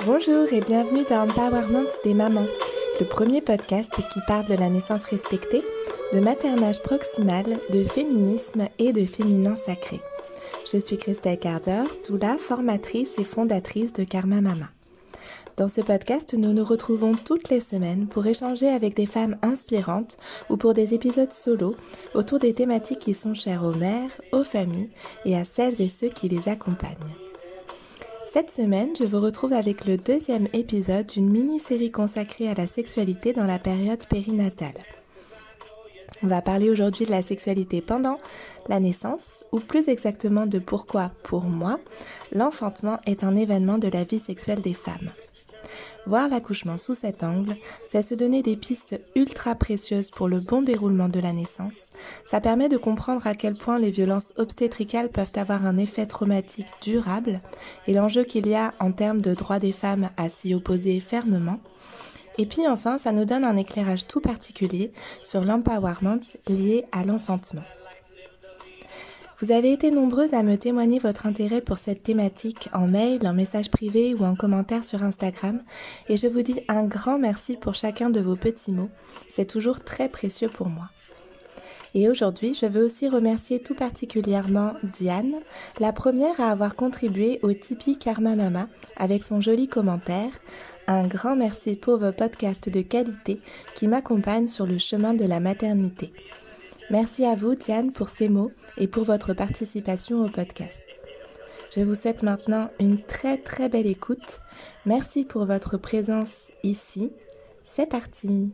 Bonjour et bienvenue dans Empowerment des mamans, le premier podcast qui parle de la naissance respectée, de maternage proximal, de féminisme et de féminin sacré. Je suis Christelle Carder, doula, formatrice et fondatrice de Karma Mama. Dans ce podcast, nous nous retrouvons toutes les semaines pour échanger avec des femmes inspirantes ou pour des épisodes solo autour des thématiques qui sont chères aux mères, aux familles et à celles et ceux qui les accompagnent. Cette semaine, je vous retrouve avec le deuxième épisode d'une mini-série consacrée à la sexualité dans la période périnatale. On va parler aujourd'hui de la sexualité pendant la naissance, ou plus exactement de pourquoi, pour moi, l'enfantement est un événement de la vie sexuelle des femmes. Voir l'accouchement sous cet angle, c'est se donner des pistes ultra précieuses pour le bon déroulement de la naissance. Ça permet de comprendre à quel point les violences obstétricales peuvent avoir un effet traumatique durable et l'enjeu qu'il y a en termes de droits des femmes à s'y opposer fermement. Et puis enfin, ça nous donne un éclairage tout particulier sur l'empowerment lié à l'enfantement. Vous avez été nombreuses à me témoigner votre intérêt pour cette thématique en mail, en message privé ou en commentaire sur Instagram et je vous dis un grand merci pour chacun de vos petits mots. C'est toujours très précieux pour moi. Et aujourd'hui, je veux aussi remercier tout particulièrement Diane, la première à avoir contribué au Tipeee Karma Mama avec son joli commentaire. Un grand merci pour vos podcasts de qualité qui m'accompagnent sur le chemin de la maternité. Merci à vous, Diane, pour ces mots et pour votre participation au podcast. Je vous souhaite maintenant une très très belle écoute. Merci pour votre présence ici. C'est parti!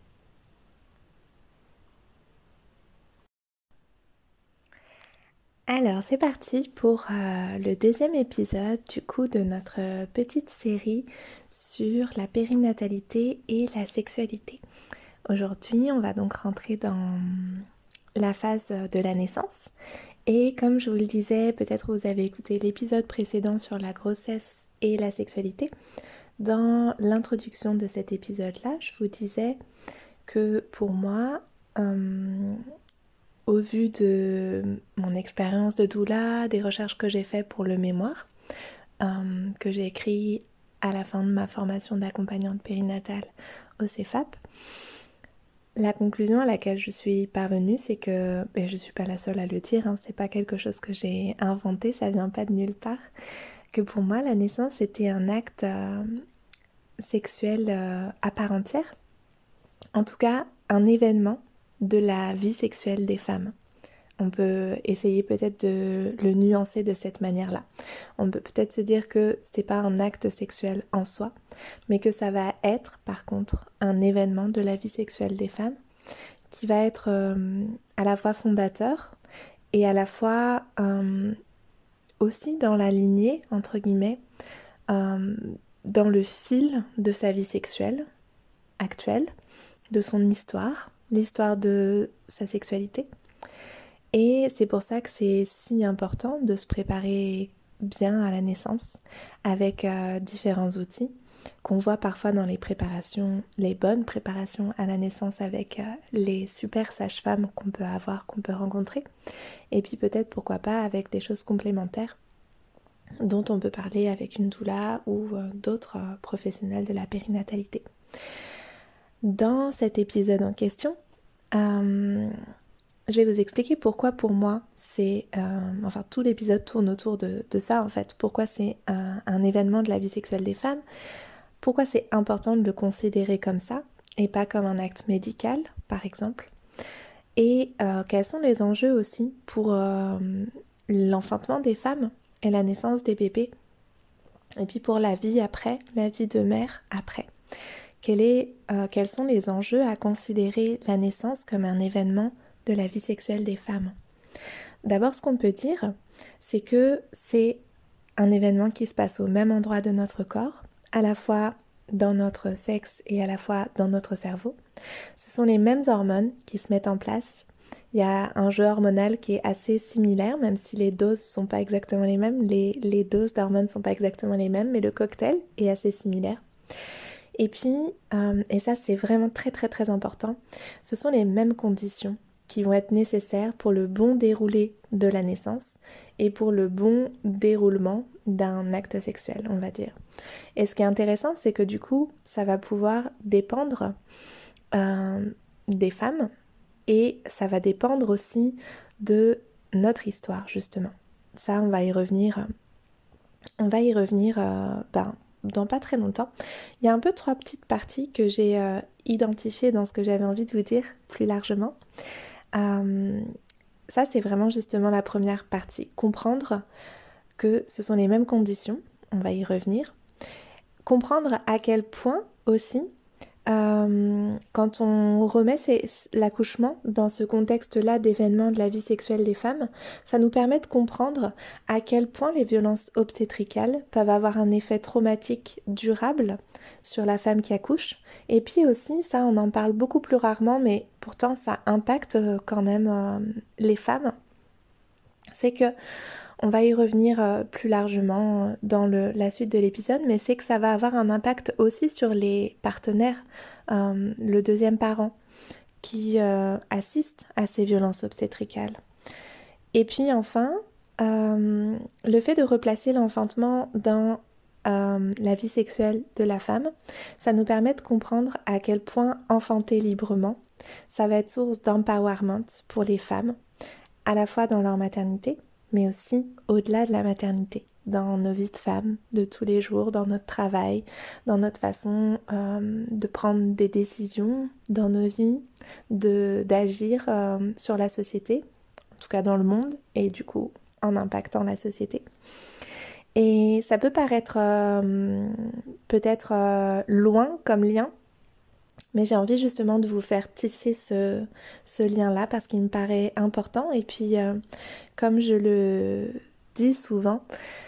Alors, c'est parti pour le deuxième épisode du coup de notre petite série sur la périnatalité et la sexualité. Aujourd'hui, on va donc rentrer dans la phase de la naissance et comme je vous le disais, peut-être vous avez écouté l'épisode précédent sur la grossesse et la sexualité. Dans l'introduction de cet épisode-là, je vous disais que pour moi, au vu de mon expérience de doula, des recherches que j'ai faites pour le mémoire, que j'ai écrit à la fin de ma formation d'accompagnante périnatale au CEFAP, la conclusion à laquelle je suis parvenue, c'est que, et je ne suis pas la seule à le dire, c'est pas quelque chose que j'ai inventé, ça vient pas de nulle part, que pour moi la naissance était un acte sexuel à part entière, en tout cas un événement de la vie sexuelle des femmes. On peut essayer peut-être de le nuancer de cette manière-là. On peut peut-être se dire que c'est pas un acte sexuel en soi, mais que ça va être par contre un événement de la vie sexuelle des femmes qui va être à la fois fondateur et à la fois aussi dans la lignée, entre guillemets, dans le fil de sa vie sexuelle actuelle, de son histoire, l'histoire de sa sexualité. Et c'est pour ça que c'est si important de se préparer bien à la naissance avec différents outils qu'on voit parfois dans les préparations, les bonnes préparations à la naissance avec les super sages-femmes qu'on peut avoir, qu'on peut rencontrer. Et puis peut-être pourquoi pas avec des choses complémentaires dont on peut parler avec une doula ou d'autres professionnels de la périnatalité. Dans cet épisode en question, je vais vous expliquer pourquoi pour moi c'est, tout l'épisode tourne autour de ça en fait, pourquoi c'est un événement de la vie sexuelle des femmes, pourquoi c'est important de le considérer comme ça et pas comme un acte médical par exemple, et quels sont les enjeux aussi pour l'enfantement des femmes et la naissance des bébés, et puis pour la vie après, la vie de mère après. Quels sont les enjeux à considérer la naissance comme un événement de la vie sexuelle des femmes. D'abord, ce qu'on peut dire, c'est que c'est un événement qui se passe au même endroit de notre corps, à la fois dans notre sexe et à la fois dans notre cerveau. Ce sont les mêmes hormones qui se mettent en place. Il y a un jeu hormonal qui est assez similaire, même si les doses ne sont pas exactement les mêmes. Les doses d'hormones ne sont pas exactement les mêmes, mais le cocktail est assez similaire. Et puis, et ça c'est vraiment très très très important, ce sont les mêmes conditions qui vont être nécessaires pour le bon déroulé de la naissance et pour le bon déroulement d'un acte sexuel, on va dire. Et ce qui est intéressant, c'est que du coup, ça va pouvoir dépendre des femmes et ça va dépendre aussi de notre histoire, justement. Ça, on va y revenir dans pas très longtemps. Il y a un peu 3 petites parties que j'ai identifiées dans ce que j'avais envie de vous dire plus largement. Ça, c'est vraiment justement la première partie. Comprendre que ce sont les mêmes conditions, on va y revenir. Comprendre à quel point aussi, quand on remet l'accouchement dans ce contexte-là d'événements de la vie sexuelle des femmes, ça nous permet de comprendre à quel point les violences obstétricales peuvent avoir un effet traumatique durable sur la femme qui accouche. Et puis aussi, ça on en parle beaucoup plus rarement, mais pourtant ça impacte quand même les femmes. C'est que on va y revenir plus largement dans la suite de l'épisode, mais c'est que ça va avoir un impact aussi sur les partenaires, le deuxième parent qui assiste à ces violences obstétricales. Et puis enfin, le fait de replacer l'enfantement dans la vie sexuelle de la femme, ça nous permet de comprendre à quel point enfanter librement, ça va être source d'empowerment pour les femmes, à la fois dans leur maternité, mais aussi au-delà de la maternité, dans nos vies de femmes de tous les jours, dans notre travail, dans notre façon de prendre des décisions dans nos vies, d'agir sur la société, en tout cas dans le monde, et du coup en impactant la société. Et ça peut paraître peut-être loin comme lien, mais j'ai envie justement de vous faire tisser ce lien-là parce qu'il me paraît important. Et puis, comme je le dis souvent,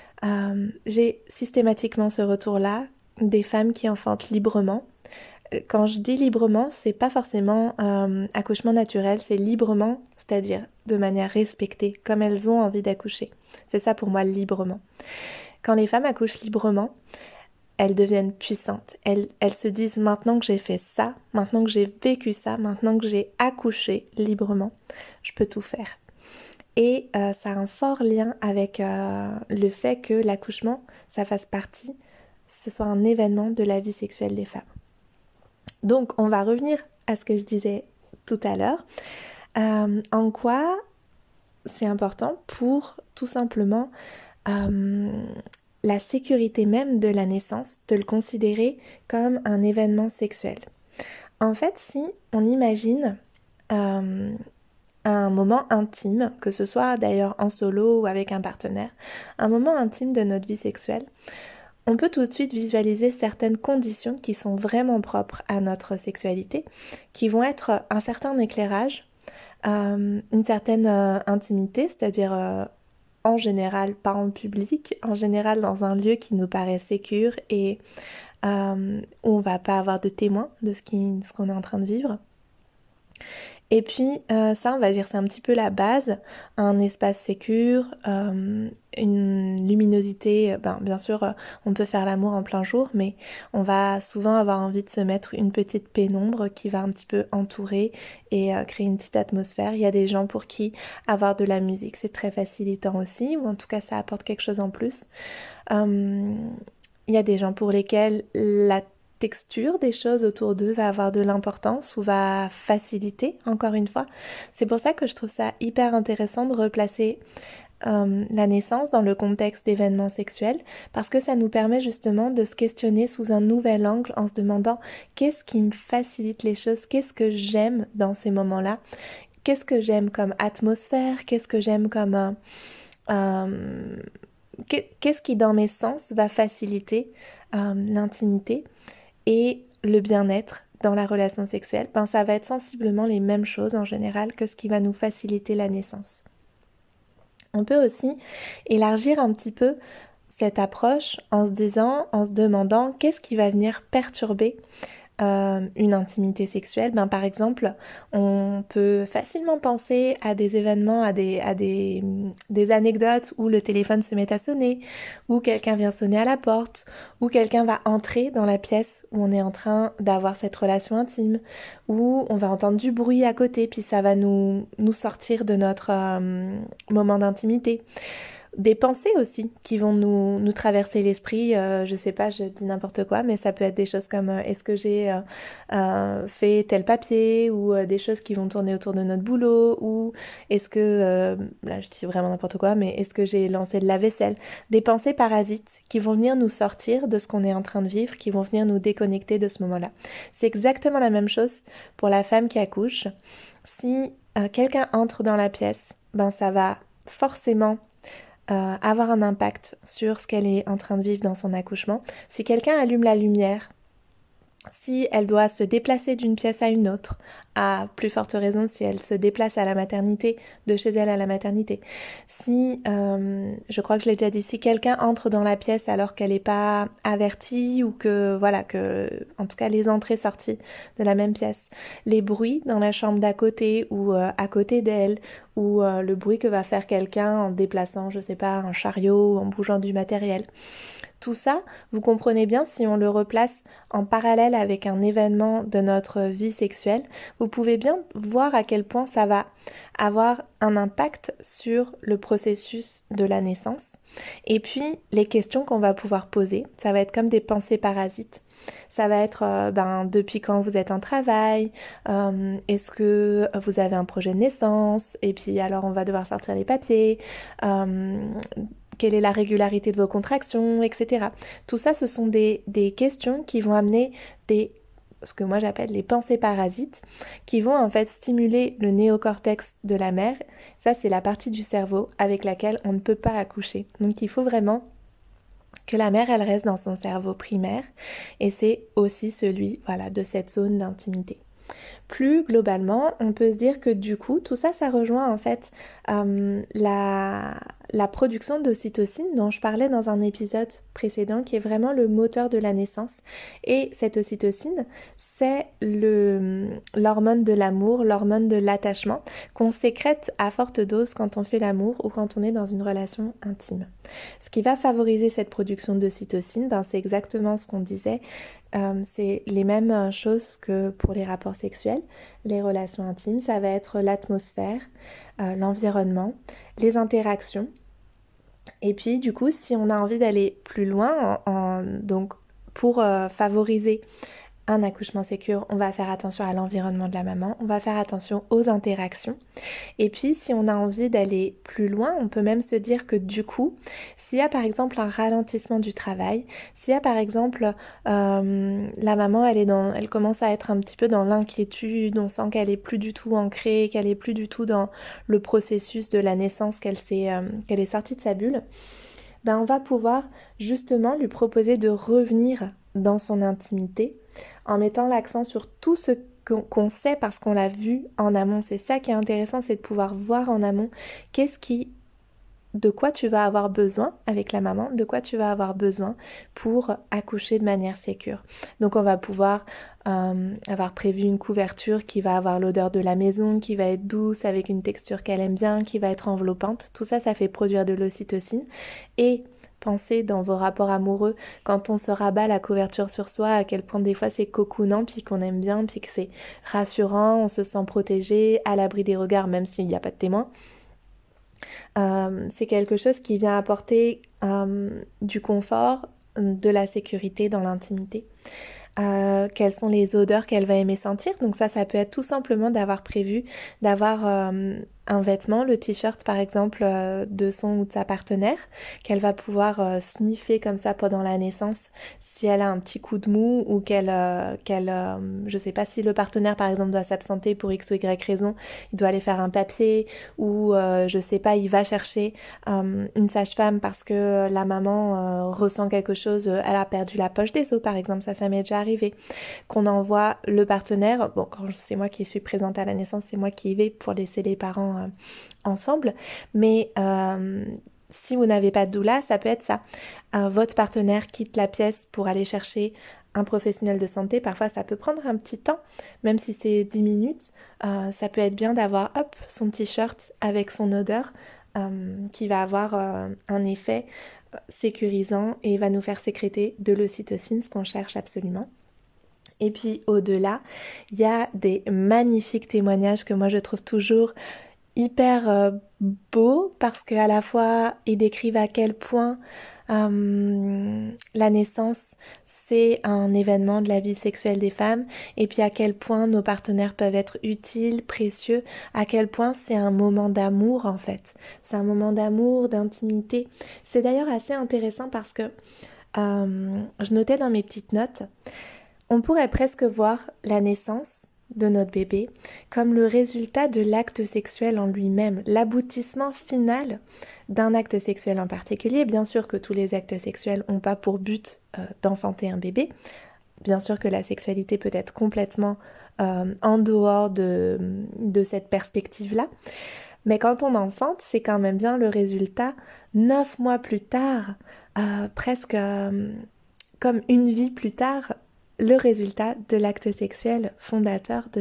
j'ai systématiquement ce retour-là des femmes qui enfantent librement. Quand je dis librement, c'est pas forcément accouchement naturel, c'est librement, c'est-à-dire de manière respectée, comme elles ont envie d'accoucher. C'est ça pour moi, librement. Quand les femmes accouchent librement, elles deviennent puissantes. Elles se disent maintenant que j'ai fait ça, maintenant que j'ai vécu ça, maintenant que j'ai accouché librement, je peux tout faire. Et ça a un fort lien avec le fait que l'accouchement, ça fasse partie, ce soit un événement de la vie sexuelle des femmes. Donc on va revenir à ce que je disais tout à l'heure. En quoi c'est important pour tout simplement la sécurité même de la naissance, de le considérer comme un événement sexuel. En fait, si on imagine un moment intime, que ce soit d'ailleurs en solo ou avec un partenaire, un moment intime de notre vie sexuelle, on peut tout de suite visualiser certaines conditions qui sont vraiment propres à notre sexualité, qui vont être un certain éclairage, une certaine intimité, c'est-à-dire en général pas en public, en général dans un lieu qui nous paraît sécure et où on va pas avoir de témoins de ce qu'on est en train de vivre. Et puis ça, on va dire, c'est un petit peu la base, un espace sécure, une luminosité, bien sûr, on peut faire l'amour en plein jour, mais on va souvent avoir envie de se mettre une petite pénombre qui va un petit peu entourer et créer une petite atmosphère. Il y a des gens pour qui avoir de la musique, c'est très facilitant aussi, ou en tout cas, ça apporte quelque chose en plus. Il y a des gens pour lesquels la texture des choses autour d'eux va avoir de l'importance ou va faciliter, encore une fois. C'est pour ça que je trouve ça hyper intéressant de replacer la naissance dans le contexte d'événements sexuels, parce que ça nous permet justement de se questionner sous un nouvel angle en se demandant qu'est-ce qui me facilite les choses, qu'est-ce que j'aime dans ces moments-là, qu'est-ce que j'aime comme atmosphère, qu'est-ce que j'aime comme qu'est-ce qui dans mes sens va faciliter l'intimité et le bien-être dans la relation sexuelle. Ça va être sensiblement les mêmes choses en général que ce qui va nous faciliter la naissance. On peut aussi élargir un petit peu cette approche en se demandant qu'est-ce qui va venir perturber une intimité sexuelle. Par exemple, on peut facilement penser à des événements, à des anecdotes où le téléphone se met à sonner, où quelqu'un vient sonner à la porte, où quelqu'un va entrer dans la pièce où on est en train d'avoir cette relation intime, où on va entendre du bruit à côté, puis ça va nous sortir de notre moment d'intimité. des pensées aussi qui vont nous traverser l'esprit. Je sais pas, je dis n'importe quoi, mais ça peut être des choses comme est-ce que j'ai fait tel papier, ou des choses qui vont tourner autour de notre boulot, ou est-ce que, là je dis vraiment n'importe quoi, mais est-ce que j'ai lancé de la vaisselle. Des pensées parasites qui vont venir nous sortir de ce qu'on est en train de vivre, qui vont venir nous déconnecter de ce moment-là. C'est exactement la même chose pour la femme qui accouche. Si quelqu'un entre dans la pièce, ben ça va forcément avoir un impact sur ce qu'elle est en train de vivre dans son accouchement. Si quelqu'un allume la lumière, si elle doit se déplacer d'une pièce à une autre, à plus forte raison si elle se déplace à la maternité, de chez elle à la maternité. Si, je crois que je l'ai déjà dit, si quelqu'un entre dans la pièce alors qu'elle n'est pas avertie, ou que, voilà, que, en tout cas les entrées-sorties de la même pièce, les bruits dans la chambre d'à côté ou à côté d'elle, ou le bruit que va faire quelqu'un en déplaçant, je sais pas, un chariot ou en bougeant du matériel. Tout ça, vous comprenez bien, si on le replace en parallèle avec un événement de notre vie sexuelle, vous pouvez bien voir à quel point ça va avoir un impact sur le processus de la naissance. Et puis, les questions qu'on va pouvoir poser, ça va être comme des pensées parasites. Ça va être depuis quand vous êtes en travail, est-ce que vous avez un projet de naissance, et puis alors on va devoir sortir les papiers, quelle est la régularité de vos contractions, etc. Tout ça, ce sont des questions qui vont amener ce que moi j'appelle les pensées parasites, qui vont en fait stimuler le néocortex de la mère. Ça, c'est la partie du cerveau avec laquelle on ne peut pas accoucher. Donc il faut vraiment que la mère, elle reste dans son cerveau primaire, et c'est aussi celui, voilà, de cette zone d'intimité. Plus globalement, on peut se dire que du coup, tout ça, ça rejoint en fait la production d'ocytocine dont je parlais dans un épisode précédent, qui est vraiment le moteur de la naissance. Et cette ocytocine, c'est l'hormone de l'amour, l'hormone de l'attachement qu'on sécrète à forte dose quand on fait l'amour ou quand on est dans une relation intime. Ce qui va favoriser cette production d'ocytocine, c'est exactement ce qu'on disait. C'est les mêmes choses que pour les rapports sexuels, les relations intimes. Ça va être l'atmosphère, l'environnement, les interactions. Et puis du coup, si on a envie d'aller plus loin, donc pour favoriser un accouchement sécure, on va faire attention à l'environnement de la maman, on va faire attention aux interactions. Et puis, si on a envie d'aller plus loin, on peut même se dire que du coup, s'il y a par exemple un ralentissement du travail, s'il y a par exemple la maman, elle commence à être un petit peu dans l'inquiétude, on sent qu'elle est plus du tout ancrée, qu'elle est plus du tout dans le processus de la naissance, qu'elle est sortie de sa bulle, on va pouvoir justement lui proposer de revenir dans son intimité, en mettant l'accent sur tout ce qu'on sait parce qu'on l'a vu en amont. C'est ça qui est intéressant, c'est de pouvoir voir en amont de quoi tu vas avoir besoin avec la maman, de quoi tu vas avoir besoin pour accoucher de manière sécure. Donc on va pouvoir avoir prévu une couverture qui va avoir l'odeur de la maison, qui va être douce, avec une texture qu'elle aime bien, qui va être enveloppante. Tout ça, ça fait produire de l'ocytocine. Et pensez dans vos rapports amoureux, quand on se rabat la couverture sur soi, à quel point des fois c'est cocoonant, puis qu'on aime bien, puis que c'est rassurant, on se sent protégé, à l'abri des regards, même s'il n'y a pas de témoin. C'est quelque chose qui vient apporter du confort, de la sécurité dans l'intimité. Quelles sont les odeurs qu'elle va aimer sentir. Donc ça peut être tout simplement d'avoir prévu d'avoir un vêtement, le t-shirt par exemple de son ou de sa partenaire, qu'elle va pouvoir sniffer comme ça pendant la naissance si elle a un petit coup de mou, ou je sais pas, si le partenaire par exemple doit s'absenter pour X ou Y raison, il doit aller faire un papier, ou je sais pas, il va chercher une sage-femme parce que la maman ressent quelque chose, elle a perdu la poche des os par exemple, ça m'est déjà arrivé, qu'on envoie le partenaire, bon quand c'est moi qui suis présente à la naissance, c'est moi qui y vais pour laisser les parents ensemble, mais si vous n'avez pas de doula, ça peut être ça. Votre partenaire quitte la pièce pour aller chercher un professionnel de santé. Parfois ça peut prendre un petit temps, même si c'est 10 minutes, ça peut être bien d'avoir son t-shirt avec son odeur qui va avoir un effet sécurisant et va nous faire sécréter de l'ocytocine, ce qu'on cherche absolument. Et puis au-delà, il y a des magnifiques témoignages que moi je trouve toujours hyper beaux parce qu'à la fois ils décrivent à quel point la naissance c'est un événement de la vie sexuelle des femmes et puis à quel point nos partenaires peuvent être utiles, précieux, à quel point c'est un moment d'amour en fait. C'est un moment d'amour, d'intimité. C'est d'ailleurs assez intéressant parce que je notais dans mes petites notes, on pourrait presque voir la naissance de notre bébé comme le résultat de l'acte sexuel en lui-même, l'aboutissement final d'un acte sexuel en particulier. Bien sûr que tous les actes sexuels n'ont pas pour but d'enfanter un bébé. Bien sûr que la sexualité peut être complètement en dehors de cette perspective-là. Mais quand on enfante, c'est quand même bien le résultat 9 mois plus tard, presque comme une vie plus tard, le résultat de l'acte sexuel fondateur de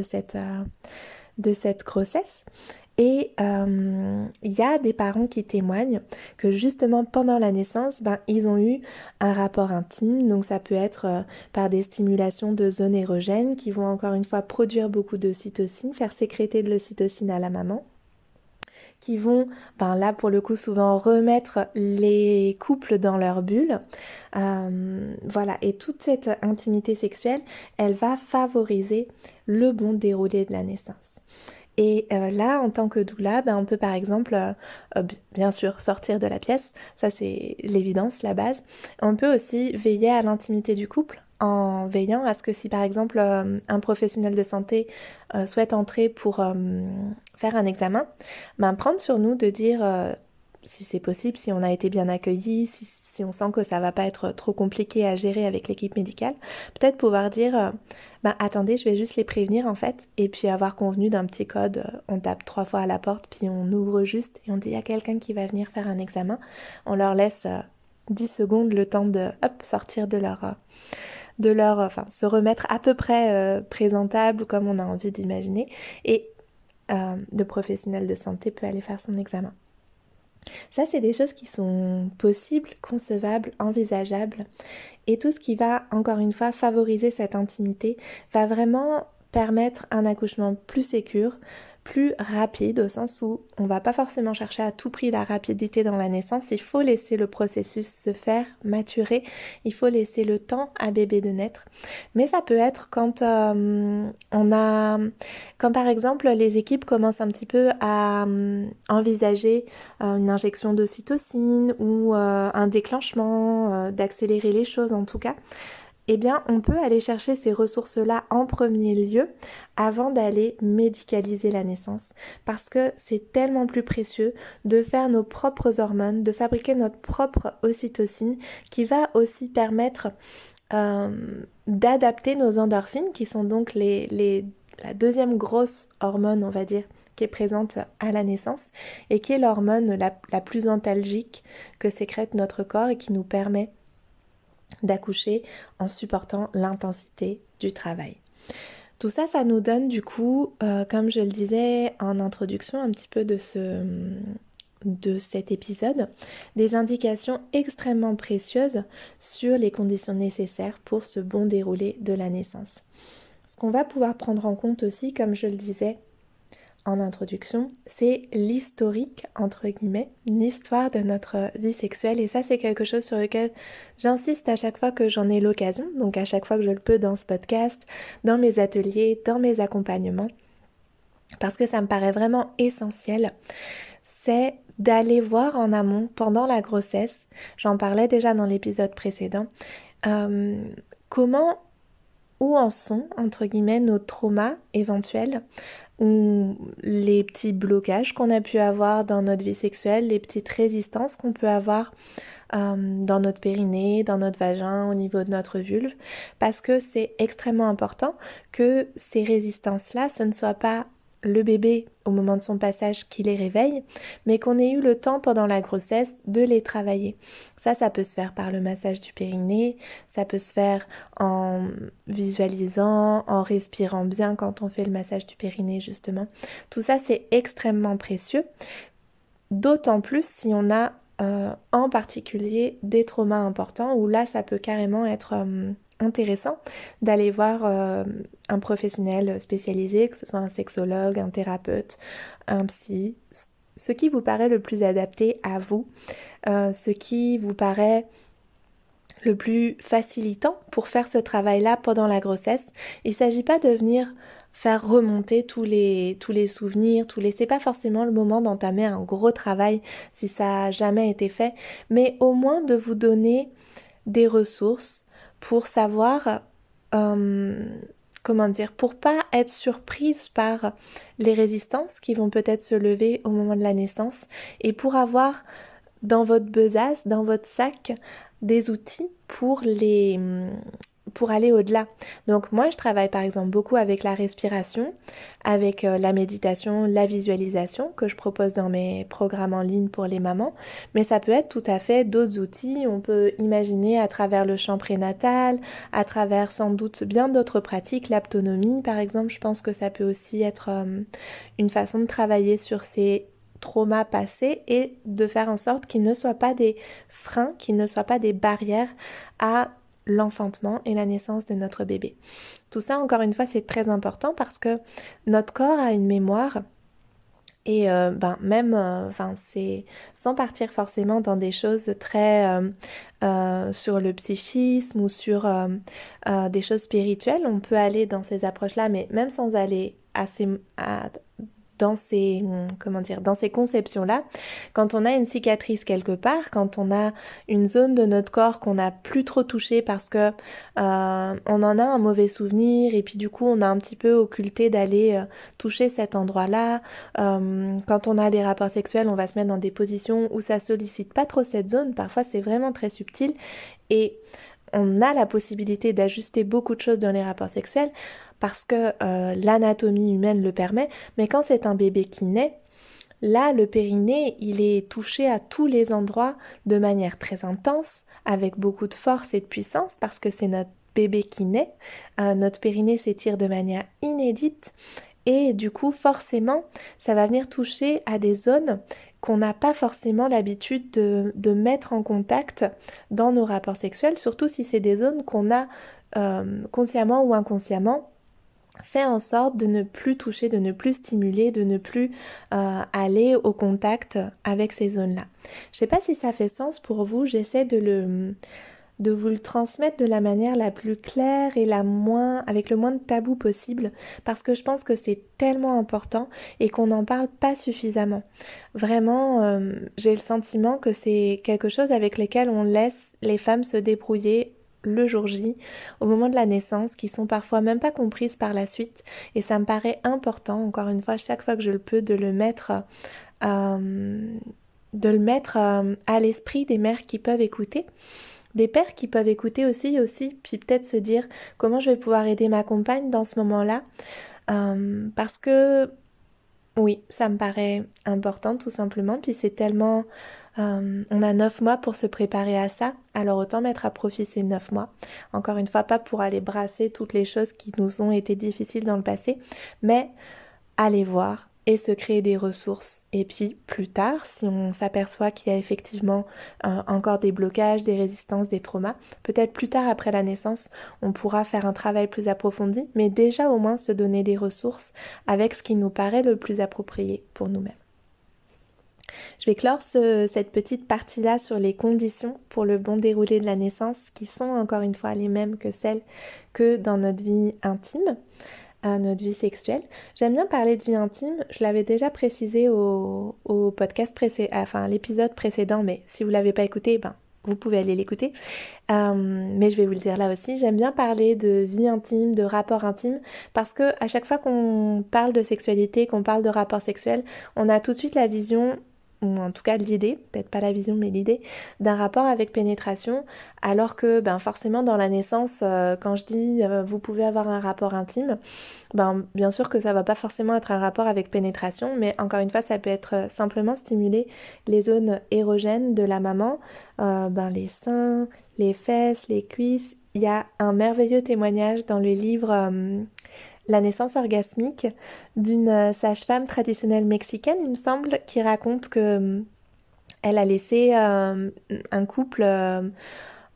cette grossesse. Et il y a des parents qui témoignent que justement pendant la naissance, ils ont eu un rapport intime, donc ça peut être par des stimulations de zones érogènes qui vont encore une fois produire beaucoup d'ocytocine, faire sécréter de l'ocytocine à la maman, qui vont, là pour le coup souvent remettre les couples dans leur bulle. Voilà, et toute cette intimité sexuelle, elle va favoriser le bon déroulé de la naissance. Et là, en tant que doula, on peut par exemple, bien sûr, sortir de la pièce, ça c'est l'évidence, la base. On peut aussi veiller à l'intimité du couple en veillant à ce que si par exemple un professionnel de santé souhaite entrer pour faire un examen, prendre sur nous de dire si c'est possible, si on a été bien accueilli, si on sent que ça va pas être trop compliqué à gérer avec l'équipe médicale, peut-être pouvoir dire attendez, je vais juste les prévenir en fait, et puis avoir convenu d'un petit code, on tape 3 fois à la porte, puis on ouvre juste et on dit il y a quelqu'un qui va venir faire un examen, on leur laisse 10 secondes le temps de sortir de leur se remettre à peu près présentable comme on a envie d'imaginer, et le professionnel de santé peut aller faire son examen. Ça, c'est des choses qui sont possibles, concevables, envisageables. Et tout ce qui va, encore une fois, favoriser cette intimité va vraiment permettre un accouchement plus sécure, plus rapide, au sens où on ne va pas forcément chercher à tout prix la rapidité dans la naissance. Il faut laisser le processus se faire, maturer. Il faut laisser le temps à bébé de naître. Mais ça peut être quand quand par exemple les équipes commencent un petit peu à envisager une injection d'ocytocine ou un déclenchement, d'accélérer les choses en tout cas. Eh bien, on peut aller chercher ces ressources-là en premier lieu avant d'aller médicaliser la naissance. Parce que c'est tellement plus précieux de faire nos propres hormones, de fabriquer notre propre ocytocine qui va aussi permettre d'adapter nos endorphines qui sont donc la deuxième grosse hormone, on va dire, qui est présente à la naissance et qui est l'hormone la plus antalgique que sécrète notre corps et qui nous permet d'accoucher en supportant l'intensité du travail. Tout ça, ça nous donne du coup, comme je le disais en introduction un petit peu de cet épisode, des indications extrêmement précieuses sur les conditions nécessaires pour ce bon déroulé de la naissance. Ce qu'on va pouvoir prendre en compte aussi, comme je le disais en introduction, c'est l'historique, entre guillemets, l'histoire de notre vie sexuelle. Et ça, c'est quelque chose sur lequel j'insiste à chaque fois que j'en ai l'occasion, donc à chaque fois que je le peux dans ce podcast, dans mes ateliers, dans mes accompagnements, parce que ça me paraît vraiment essentiel, c'est d'aller voir en amont, pendant la grossesse, j'en parlais déjà dans l'épisode précédent, où en sont, entre guillemets, nos traumas éventuels, ou les petits blocages qu'on a pu avoir dans notre vie sexuelle, les petites résistances qu'on peut avoir dans notre périnée, dans notre vagin, au niveau de notre vulve, parce que c'est extrêmement important que ces résistances-là, ce ne soit pas le bébé au moment de son passage qui les réveille, mais qu'on ait eu le temps pendant la grossesse de les travailler. Ça peut se faire par le massage du périnée, ça peut se faire en visualisant, en respirant bien quand on fait le massage du périnée justement. Tout ça c'est extrêmement précieux, d'autant plus si on a en particulier des traumas importants où là ça peut carrément être intéressant d'aller voir un professionnel spécialisé, que ce soit un sexologue, un thérapeute, un psy, ce qui vous paraît le plus adapté à vous, ce qui vous paraît le plus facilitant pour faire ce travail-là pendant la grossesse. Il ne s'agit pas de venir faire remonter tous les souvenirs, c'est pas forcément le moment d'entamer un gros travail si ça n'a jamais été fait, mais au moins de vous donner des ressources pour savoir, pour pas être surprise par les résistances qui vont peut-être se lever au moment de la naissance et pour avoir dans votre besace, dans votre sac, des outils pour aller au-delà. Donc moi, je travaille par exemple beaucoup avec la respiration, avec la méditation, la visualisation que je propose dans mes programmes en ligne pour les mamans, mais ça peut être tout à fait d'autres outils. On peut imaginer à travers le chant prénatal, à travers sans doute bien d'autres pratiques, l'aptonomie par exemple, je pense que ça peut aussi être une façon de travailler sur ces traumas passés et de faire en sorte qu'ils ne soient pas des freins, qu'ils ne soient pas des barrières à l'enfantement et la naissance de notre bébé. Tout ça, encore une fois, c'est très important parce que notre corps a une mémoire et c'est sans partir forcément dans des choses très sur le psychisme ou sur des choses spirituelles, on peut aller dans ces approches-là, mais même sans aller dans ces conceptions-là, quand on a une cicatrice quelque part, quand on a une zone de notre corps qu'on n'a plus trop touchée parce que on en a un mauvais souvenir et puis du coup on a un petit peu occulté d'aller toucher cet endroit-là, quand on a des rapports sexuels, on va se mettre dans des positions où ça sollicite pas trop cette zone, parfois c'est vraiment très subtil et on a la possibilité d'ajuster beaucoup de choses dans les rapports sexuels parce que l'anatomie humaine le permet, mais quand c'est un bébé qui naît, là, le périnée, il est touché à tous les endroits de manière très intense, avec beaucoup de force et de puissance, parce que c'est notre bébé qui naît. Notre périnée s'étire de manière inédite, et du coup, forcément, ça va venir toucher à des zones qu'on n'a pas forcément l'habitude de mettre en contact dans nos rapports sexuels, surtout si c'est des zones qu'on a consciemment ou inconsciemment fait en sorte de ne plus toucher, de ne plus stimuler, de ne plus aller au contact avec ces zones-là. Je ne sais pas si ça fait sens pour vous, j'essaie de vous le transmettre de la manière la plus claire et avec le moins de tabou possible, parce que je pense que c'est tellement important et qu'on n'en parle pas suffisamment. Vraiment, j'ai le sentiment que c'est quelque chose avec lequel on laisse les femmes se débrouiller le jour J, au moment de la naissance, qui sont parfois même pas comprises par la suite, et ça me paraît important, encore une fois, chaque fois que je le peux, de le mettre à l'esprit des mères qui peuvent écouter, des pères qui peuvent écouter aussi, puis peut-être se dire comment je vais pouvoir aider ma compagne dans ce moment-là, parce que oui, ça me paraît important tout simplement, puis c'est tellement... on a 9 mois pour se préparer à ça, alors autant mettre à profit ces 9 mois. Encore une fois, pas pour aller brasser toutes les choses qui nous ont été difficiles dans le passé, mais aller voir et se créer des ressources. Et puis plus tard, si on s'aperçoit qu'il y a effectivement encore des blocages, des résistances, des traumas, peut-être plus tard après la naissance, on pourra faire un travail plus approfondi, mais déjà au moins se donner des ressources avec ce qui nous paraît le plus approprié pour nous-mêmes. Je vais clore cette petite partie-là sur les conditions pour le bon déroulé de la naissance qui sont encore une fois les mêmes que celles que dans notre vie intime, notre vie sexuelle. J'aime bien parler de vie intime, je l'avais déjà précisé au podcast à l'épisode précédent, mais si vous ne l'avez pas écouté, vous pouvez aller l'écouter. Mais je vais vous le dire là aussi, j'aime bien parler de vie intime, de rapport intime, parce que à chaque fois qu'on parle de sexualité, qu'on parle de rapport sexuel, on a tout de suite la vision, ou en tout cas de l'idée, peut-être pas la vision mais l'idée, d'un rapport avec pénétration, alors que forcément dans la naissance, quand je dis vous pouvez avoir un rapport intime, bien sûr que ça va pas forcément être un rapport avec pénétration, mais encore une fois ça peut être simplement stimuler les zones érogènes de la maman, les seins, les fesses, les cuisses. Il y a un merveilleux témoignage dans le livre La naissance orgasmique d'une sage-femme traditionnelle mexicaine, il me semble, qui raconte que elle a laissé un couple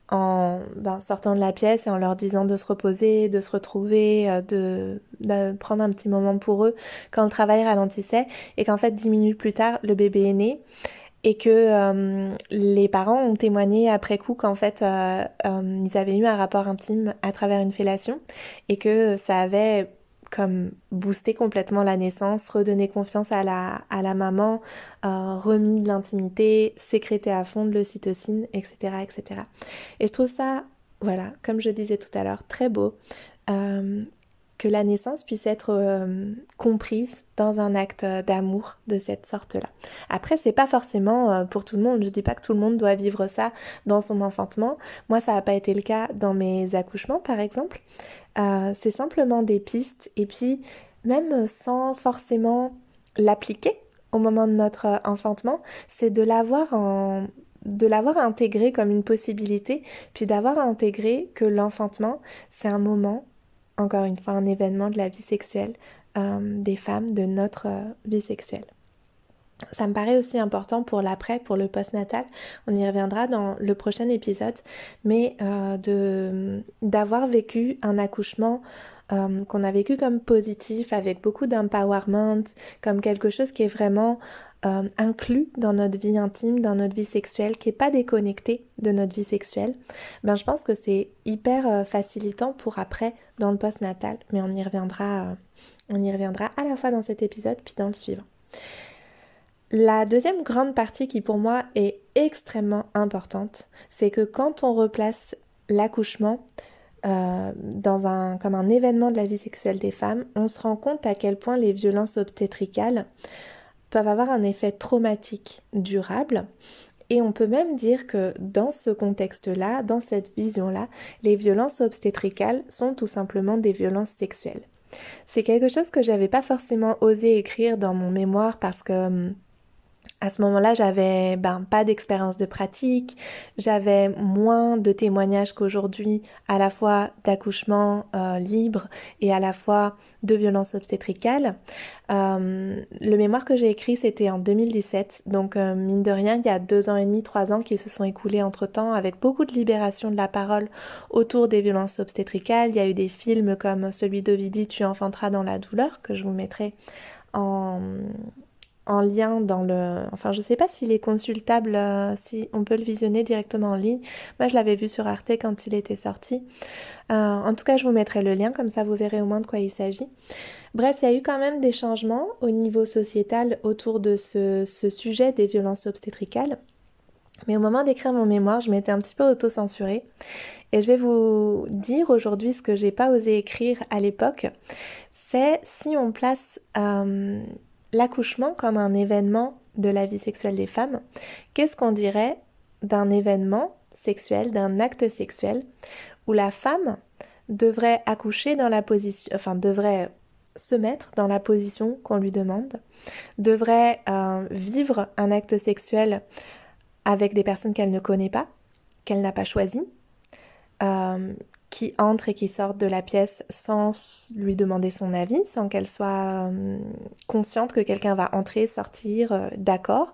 en sortant de la pièce et en leur disant de se reposer, de se retrouver, de prendre un petit moment pour eux quand le travail ralentissait, et qu'en fait 10 minutes plus tard le bébé est né, et que les parents ont témoigné après coup qu'en fait ils avaient eu un rapport intime à travers une fellation, et que ça avait comme booster complètement la naissance, redonner confiance à la maman, remis de l'intimité, sécréter à fond de l'ocytocine, etc., etc. Et je trouve ça, voilà, comme je disais tout à l'heure, très beau, que la naissance puisse être comprise dans un acte d'amour de cette sorte-là. Après, c'est pas forcément pour tout le monde. Je dis pas que tout le monde doit vivre ça dans son enfantement. Moi, ça n'a pas été le cas dans mes accouchements, par exemple. C'est simplement des pistes, et puis même sans forcément l'appliquer au moment de notre enfantement, c'est de l'avoir intégré comme une possibilité, puis d'avoir intégré que l'enfantement, c'est un moment, encore une fois, un événement de la vie sexuelle des femmes, de notre vie sexuelle. Ça me paraît aussi important pour l'après, pour le postnatal, on y reviendra dans le prochain épisode, mais d'avoir vécu un accouchement qu'on a vécu comme positif, avec beaucoup d'empowerment, comme quelque chose qui est vraiment inclus dans notre vie intime, dans notre vie sexuelle, qui n'est pas déconnecté de notre vie sexuelle, je pense que c'est hyper facilitant pour après dans le postnatal, mais on y reviendra à la fois dans cet épisode puis dans le suivant. La deuxième grande partie qui pour moi est extrêmement importante, c'est que quand on replace l'accouchement comme un événement de la vie sexuelle des femmes, on se rend compte à quel point les violences obstétricales peuvent avoir un effet traumatique durable, et on peut même dire que dans ce contexte-là, dans cette vision-là, les violences obstétricales sont tout simplement des violences sexuelles. C'est quelque chose que j'avais pas forcément osé écrire dans mon mémoire parce que à ce moment-là, j'avais pas d'expérience de pratique, j'avais moins de témoignages qu'aujourd'hui, à la fois d'accouchement libre et à la fois de violences obstétricales. Le mémoire que j'ai écrit, c'était en 2017, donc mine de rien, il y a 2 ans et demi, 3 ans qui se sont écoulés entre-temps, avec beaucoup de libération de la parole autour des violences obstétricales. Il y a eu des films comme celui d'Ovidie, Tu enfanteras dans la douleur, que je vous mettrai en lien dans le... Enfin, je sais pas s'il est consultable, si on peut le visionner directement en ligne. Moi, je l'avais vu sur Arte quand il était sorti. En tout cas, je vous mettrai le lien, comme ça vous verrez au moins de quoi il s'agit. Bref, il y a eu quand même des changements au niveau sociétal autour de ce sujet des violences obstétricales. Mais au moment d'écrire mon mémoire, je m'étais un petit peu auto-censurée. Et je vais vous dire aujourd'hui ce que j'ai pas osé écrire à l'époque. C'est si on place... l'accouchement comme un événement de la vie sexuelle des femmes, qu'est-ce qu'on dirait d'un événement sexuel, d'un acte sexuel où la femme devrait accoucher dans la position, devrait se mettre dans la position qu'on lui demande, devrait vivre un acte sexuel avec des personnes qu'elle ne connaît pas, qu'elle n'a pas choisies, qui entrent et qui sortent de la pièce sans lui demander son avis, sans qu'elle soit consciente que quelqu'un va entrer, sortir, d'accord,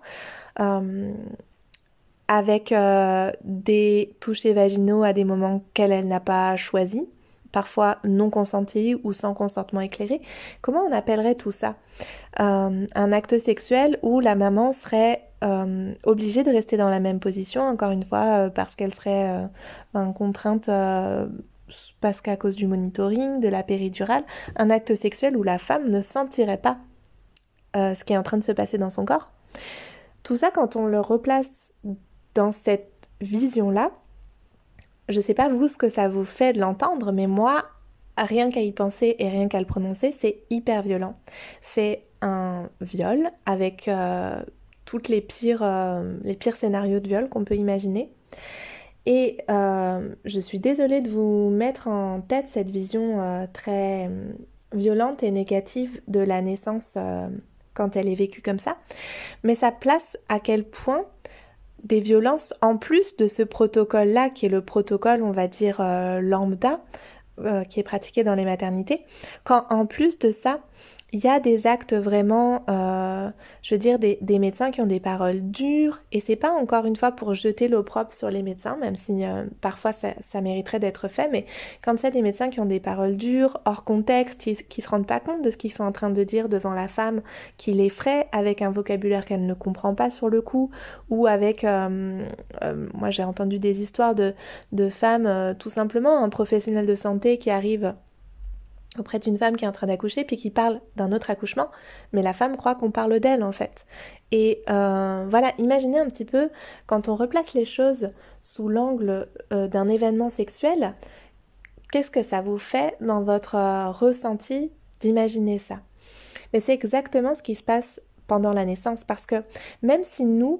avec des touchés vaginaux à des moments qu'elle n'a pas choisis, parfois non consentis ou sans consentement éclairé. Comment on appellerait tout ça ? Un acte sexuel où la maman serait obligée de rester dans la même position, encore une fois, parce qu'elle serait contrainte, parce qu'à cause du monitoring, de la péridurale, un acte sexuel où la femme ne sentirait pas ce qui est en train de se passer dans son corps. Tout ça, quand on le replace dans cette vision-là, je sais pas vous ce que ça vous fait de l'entendre, mais moi, rien qu'à y penser et rien qu'à le prononcer, c'est hyper violent. C'est un viol avec toutes les pires scénarios de viol qu'on peut imaginer. Et je suis désolée de vous mettre en tête cette vision très violente et négative de la naissance quand elle est vécue comme ça. Mais ça place à quel point des violences, en plus de ce protocole-là, qui est le protocole, on va dire, lambda, qui est pratiqué dans les maternités, quand en plus de ça, Il y a des actes vraiment, je veux dire, des médecins qui ont des paroles dures, et c'est pas encore une fois pour jeter l'opprobre sur les médecins, même si parfois ça mériterait d'être fait, mais quand il y a des médecins qui ont des paroles dures, hors contexte, qui se rendent pas compte de ce qu'ils sont en train de dire devant la femme, qui l'effraie avec un vocabulaire qu'elle ne comprend pas sur le coup, ou avec, moi j'ai entendu des histoires de femmes, tout simplement, un professionnel de santé qui arrive auprès d'une femme qui est en train d'accoucher puis qui parle d'un autre accouchement, mais la femme croit qu'on parle d'elle en fait. Et voilà, imaginez un petit peu quand on replace les choses sous l'angle d'un événement sexuel, qu'est-ce que ça vous fait dans votre ressenti d'imaginer ça? Mais c'est exactement ce qui se passe pendant la naissance, parce que même si nous,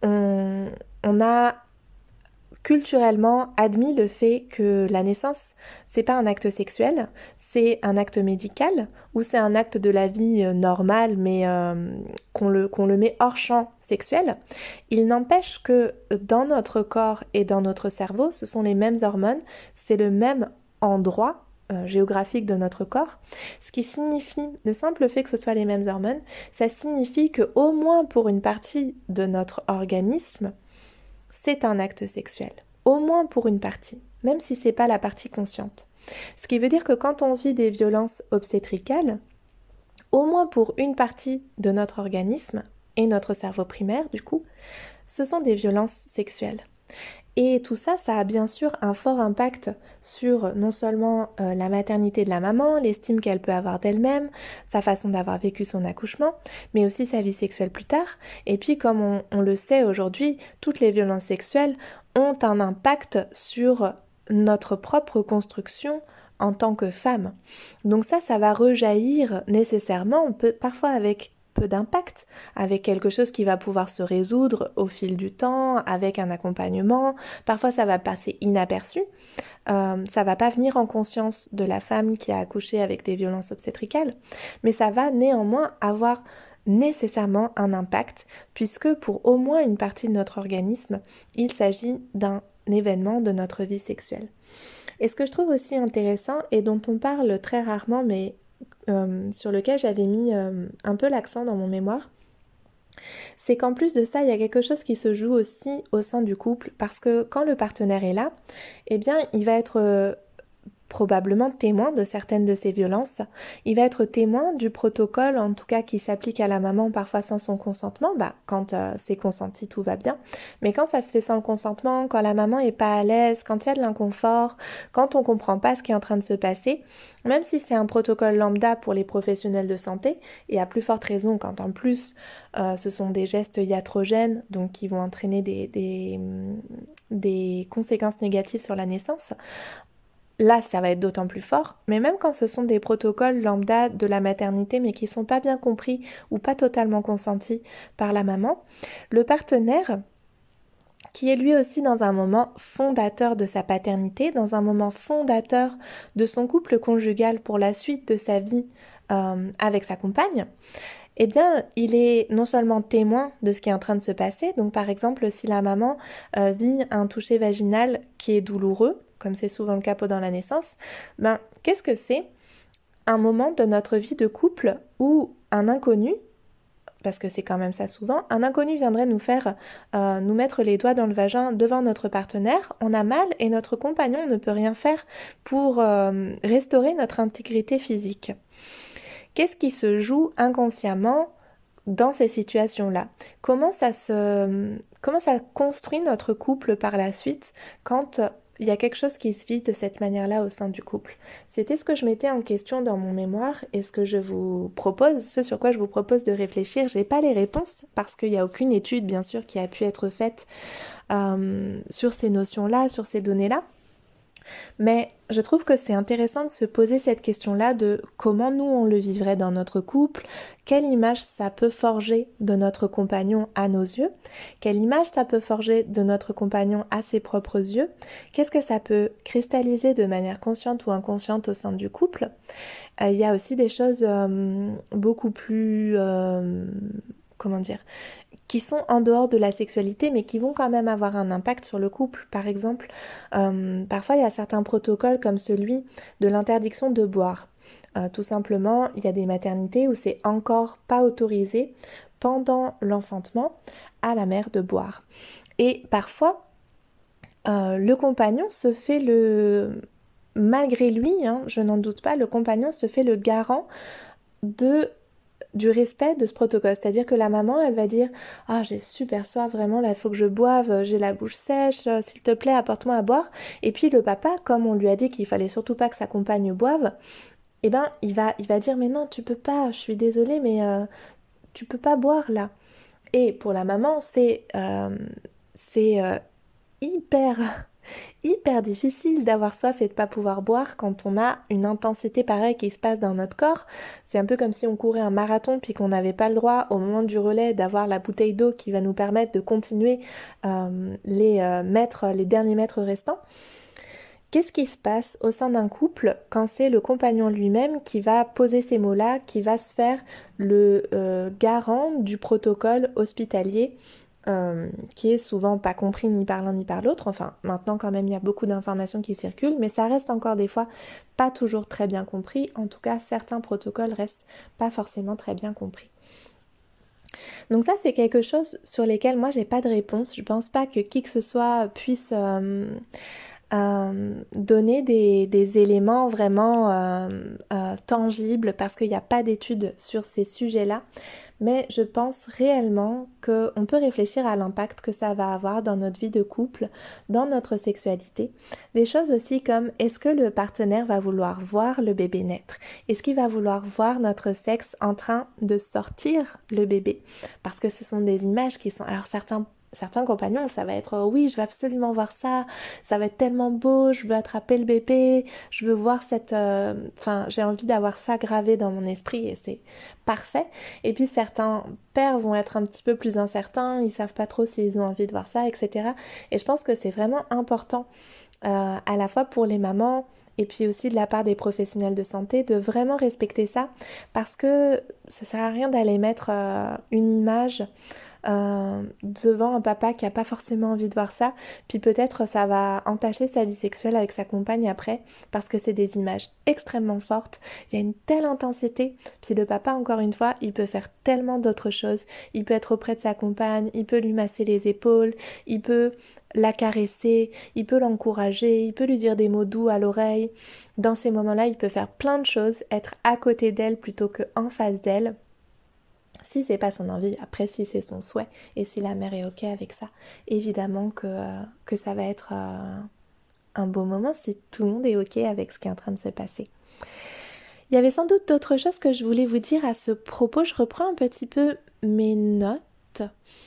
on a culturellement admis le fait que la naissance, c'est pas un acte sexuel, c'est un acte médical ou c'est un acte de la vie normale, mais qu'on le met hors champ sexuel. Il n'empêche que dans notre corps et dans notre cerveau, ce sont les mêmes hormones, c'est le même endroit géographique de notre corps, ce qui signifie, le simple fait que ce soit les mêmes hormones, ça signifie que au moins pour une partie de notre organisme, c'est un acte sexuel, au moins pour une partie, même si c'est pas la partie consciente. Ce qui veut dire que quand on vit des violences obstétricales, au moins pour une partie de notre organisme et notre cerveau primaire du coup, ce sont des violences sexuelles. Et tout ça, ça a bien sûr un fort impact sur non seulement la maternité de la maman, l'estime qu'elle peut avoir d'elle-même, sa façon d'avoir vécu son accouchement, mais aussi sa vie sexuelle plus tard. Et puis comme on le sait aujourd'hui, toutes les violences sexuelles ont un impact sur notre propre construction en tant que femme. Donc ça va rejaillir nécessairement, parfois avec peu d'impact, avec quelque chose qui va pouvoir se résoudre au fil du temps, avec un accompagnement. Parfois ça va passer inaperçu, ça va pas venir en conscience de la femme qui a accouché avec des violences obstétricales, mais ça va néanmoins avoir nécessairement un impact, puisque pour au moins une partie de notre organisme, il s'agit d'un événement de notre vie sexuelle. Et ce que je trouve aussi intéressant et dont on parle très rarement, mais sur lequel j'avais mis un peu l'accent dans mon mémoire, c'est qu'en plus de ça, il y a quelque chose qui se joue aussi au sein du couple, parce que quand le partenaire est là, eh bien, il va être probablement témoin de certaines de ces violences. Il va être témoin du protocole, en tout cas qui s'applique à la maman parfois sans son consentement. Quand c'est consenti, tout va bien. Mais quand ça se fait sans le consentement, quand la maman est pas à l'aise, quand il y a de l'inconfort, quand on comprend pas ce qui est en train de se passer, même si c'est un protocole lambda pour les professionnels de santé, et à plus forte raison quand en plus ce sont des gestes iatrogènes, donc qui vont entraîner des conséquences négatives sur la naissance, là, ça va être d'autant plus fort, mais même quand ce sont des protocoles lambda de la maternité, mais qui ne sont pas bien compris ou pas totalement consentis par la maman, le partenaire, qui est lui aussi dans un moment fondateur de sa paternité, dans un moment fondateur de son couple conjugal pour la suite de sa vie avec sa compagne, eh bien, il est non seulement témoin de ce qui est en train de se passer, donc par exemple, si la maman vit un toucher vaginal qui est douloureux, comme c'est souvent le cas pendant la naissance, qu'est-ce que c'est? Un moment de notre vie de couple où un inconnu, parce que c'est quand même ça souvent, un inconnu viendrait nous mettre les doigts dans le vagin devant notre partenaire, on a mal et notre compagnon ne peut rien faire pour restaurer notre intégrité physique. Qu'est-ce qui se joue inconsciemment dans ces situations-là? Comment ça construit notre couple par la suite quand il y a quelque chose qui se vit de cette manière-là au sein du couple? C'était ce que je mettais en question dans mon mémoire et ce sur quoi je vous propose de réfléchir. J'ai pas les réponses parce qu'il n'y a aucune étude, bien sûr, qui a pu être faite sur ces notions-là, sur ces données-là. Mais je trouve que c'est intéressant de se poser cette question-là de comment nous on le vivrait dans notre couple, quelle image ça peut forger de notre compagnon à nos yeux, quelle image ça peut forger de notre compagnon à ses propres yeux, qu'est-ce que ça peut cristalliser de manière consciente ou inconsciente au sein du couple. Il y a aussi des choses beaucoup plus... qui sont en dehors de la sexualité mais qui vont quand même avoir un impact sur le couple. Par exemple, parfois il y a certains protocoles comme celui de l'interdiction de boire. Tout simplement, il y a des maternités où c'est encore pas autorisé pendant l'enfantement à la mère de boire. Et parfois, le compagnon se fait malgré lui, je n'en doute pas, le compagnon se fait le garant du respect de ce protocole. C'est-à-dire que la maman, elle va dire « Ah, j'ai super soif, vraiment, là, il faut que je boive, j'ai la bouche sèche, s'il te plaît, apporte-moi à boire. » Et puis le papa, comme on lui a dit qu'il fallait surtout pas que sa compagne boive, eh ben, il va dire « Mais non, tu peux pas, je suis désolée, mais tu peux pas boire là. » Et pour la maman, c'est hyper, hyper difficile d'avoir soif et de pas pouvoir boire quand on a une intensité pareille qui se passe dans notre corps. C'est un peu comme si on courait un marathon puis qu'on n'avait pas le droit au moment du relais d'avoir la bouteille d'eau qui va nous permettre de continuer les derniers mètres restants. Qu'est-ce qui se passe au sein d'un couple quand c'est le compagnon lui-même qui va poser ces mots-là, qui va se faire le garant du protocole hospitalier qui est souvent pas compris ni par l'un ni par l'autre. Enfin, maintenant quand même il y a beaucoup d'informations qui circulent, mais ça reste encore des fois pas toujours très bien compris. En tout cas, certains protocoles restent pas forcément très bien compris. Donc ça, c'est quelque chose sur lesquels moi j'ai pas de réponse. Je pense pas que qui que ce soit puisse donner des éléments vraiment tangibles parce qu'il n'y a pas d'études sur ces sujets-là, mais je pense réellement qu'on peut réfléchir à l'impact que ça va avoir dans notre vie de couple, dans notre sexualité. Des choses aussi comme est-ce que le partenaire va vouloir voir le bébé naître? Est-ce qu'il va vouloir voir notre sexe en train de sortir le bébé? Parce que ce sont des images qui sont... Alors certains compagnons, ça va être oui, je veux absolument voir ça va être tellement beau, je veux attraper le bébé, je veux voir j'ai envie d'avoir ça gravé dans mon esprit et c'est parfait. Et puis certains pères vont être un petit peu plus incertains, ils savent pas trop s'ils ont envie de voir ça, etc. Et je pense que c'est vraiment important à la fois pour les mamans et puis aussi de la part des professionnels de santé de vraiment respecter ça parce que ça sert à rien d'aller mettre une image devant un papa qui a pas forcément envie de voir ça, puis peut-être ça va entacher sa vie sexuelle avec sa compagne après, parce que c'est des images extrêmement fortes, il y a une telle intensité, puis le papa encore une fois, il peut faire tellement d'autres choses, il peut être auprès de sa compagne, il peut lui masser les épaules, il peut la caresser, il peut l'encourager, il peut lui dire des mots doux à l'oreille, dans ces moments-là, il peut faire plein de choses, être à côté d'elle plutôt qu'en face d'elle, si c'est pas son envie, après si c'est son souhait et si la mère est ok avec ça, évidemment que ça va être un beau moment si tout le monde est ok avec ce qui est en train de se passer. Il y avait sans doute d'autres choses que je voulais vous dire à ce propos. Je reprends un petit peu mes notes.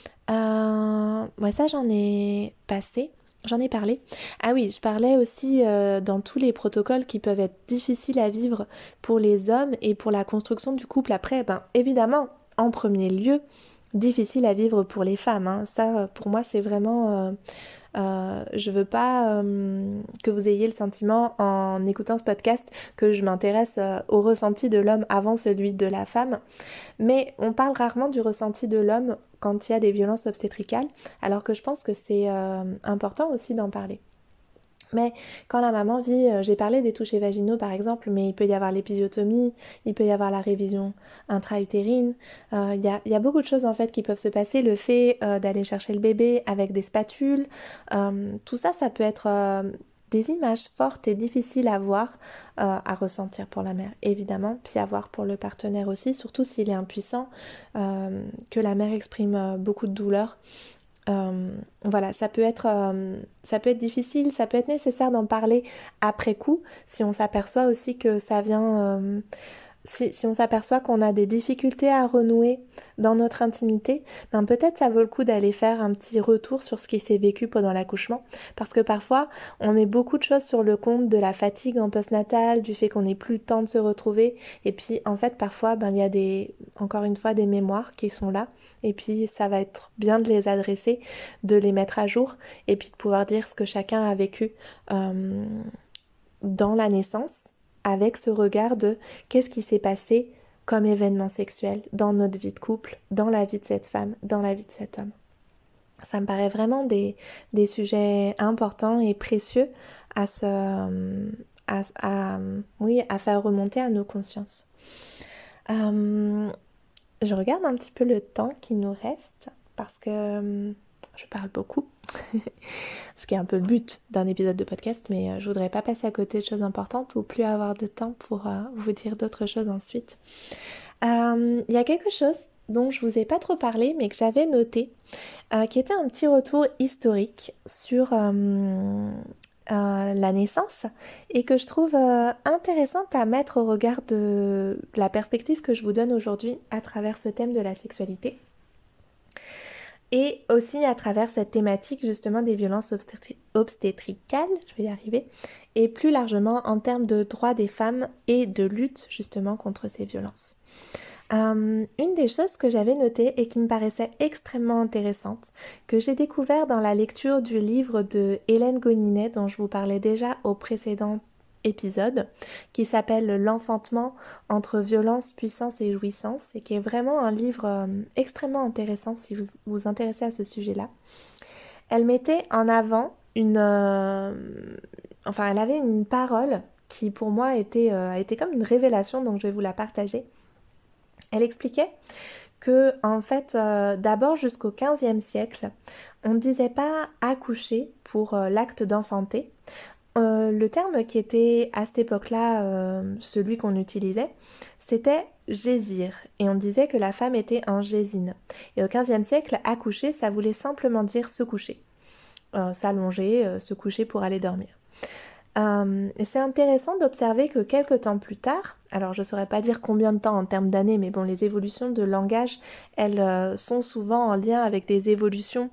Ça j'en ai parlé. Ah oui, je parlais aussi dans tous les protocoles qui peuvent être difficiles à vivre pour les hommes et pour la construction du couple après, évidemment, en premier lieu, difficile à vivre pour les femmes. Ça, pour moi, c'est vraiment... je veux pas que vous ayez le sentiment en écoutant ce podcast que je m'intéresse au ressenti de l'homme avant celui de la femme. Mais on parle rarement du ressenti de l'homme quand il y a des violences obstétricales, alors que je pense que c'est important aussi d'en parler. Mais quand la maman vit, j'ai parlé des touchés vaginaux par exemple, mais il peut y avoir l'épisiotomie, il peut y avoir la révision intra-utérine, il y a beaucoup de choses en fait qui peuvent se passer, le fait d'aller chercher le bébé avec des spatules, tout ça, ça peut être des images fortes et difficiles à voir, à ressentir pour la mère évidemment, puis à voir pour le partenaire aussi, surtout s'il est impuissant, que la mère exprime beaucoup de douleur. Voilà, ça peut être difficile, ça peut être nécessaire d'en parler après coup, si on s'aperçoit aussi que ça vient, si on s'aperçoit qu'on a des difficultés à renouer dans notre intimité, peut-être ça vaut le coup d'aller faire un petit retour sur ce qui s'est vécu pendant l'accouchement, parce que parfois on met beaucoup de choses sur le compte de la fatigue en postnatal, du fait qu'on n'ait plus le temps de se retrouver, et puis en fait parfois il y a encore une fois des mémoires qui sont là, et puis ça va être bien de les adresser, de les mettre à jour, et puis de pouvoir dire ce que chacun a vécu dans la naissance, avec ce regard de qu'est-ce qui s'est passé comme événement sexuel dans notre vie de couple, dans la vie de cette femme, dans la vie de cet homme. Ça me paraît vraiment des sujets importants et précieux à à faire remonter à nos consciences. Je regarde un petit peu le temps qui nous reste parce que je parle beaucoup, ce qui est un peu le but d'un épisode de podcast, mais je voudrais pas passer à côté de choses importantes ou plus avoir de temps pour vous dire d'autres choses ensuite. Il y a quelque chose dont je vous ai pas trop parlé, mais que j'avais noté, qui était un petit retour historique sur la naissance et que je trouve intéressante à mettre au regard de la perspective que je vous donne aujourd'hui à travers ce thème de la sexualité et aussi à travers cette thématique justement des violences obstétricales, je vais y arriver, et plus largement en termes de droits des femmes et de lutte justement contre ces violences. Une des choses que j'avais notées et qui me paraissait extrêmement intéressante, que j'ai découvert dans la lecture du livre de Hélène Goninet dont je vous parlais déjà au précédent épisode, qui s'appelle L'enfantement entre violence, puissance et jouissance, et qui est vraiment un livre extrêmement intéressant si vous vous intéressez à ce sujet-là. Elle mettait en avant elle avait une parole qui pour moi a été comme une révélation, donc je vais vous la partager. Elle expliquait que, en fait, d'abord jusqu'au XVe siècle, on ne disait pas accoucher pour l'acte d'enfanter. Le terme qui était à cette époque-là, celui qu'on utilisait, c'était gésir. Et on disait que la femme était en gésine. Et au XVe siècle, accoucher, ça voulait simplement dire se coucher. S'allonger, se coucher pour aller dormir. Et c'est intéressant d'observer que quelques temps plus tard, alors je ne saurais pas dire combien de temps en termes d'années, mais bon, les évolutions de langage, elles sont souvent en lien avec des évolutions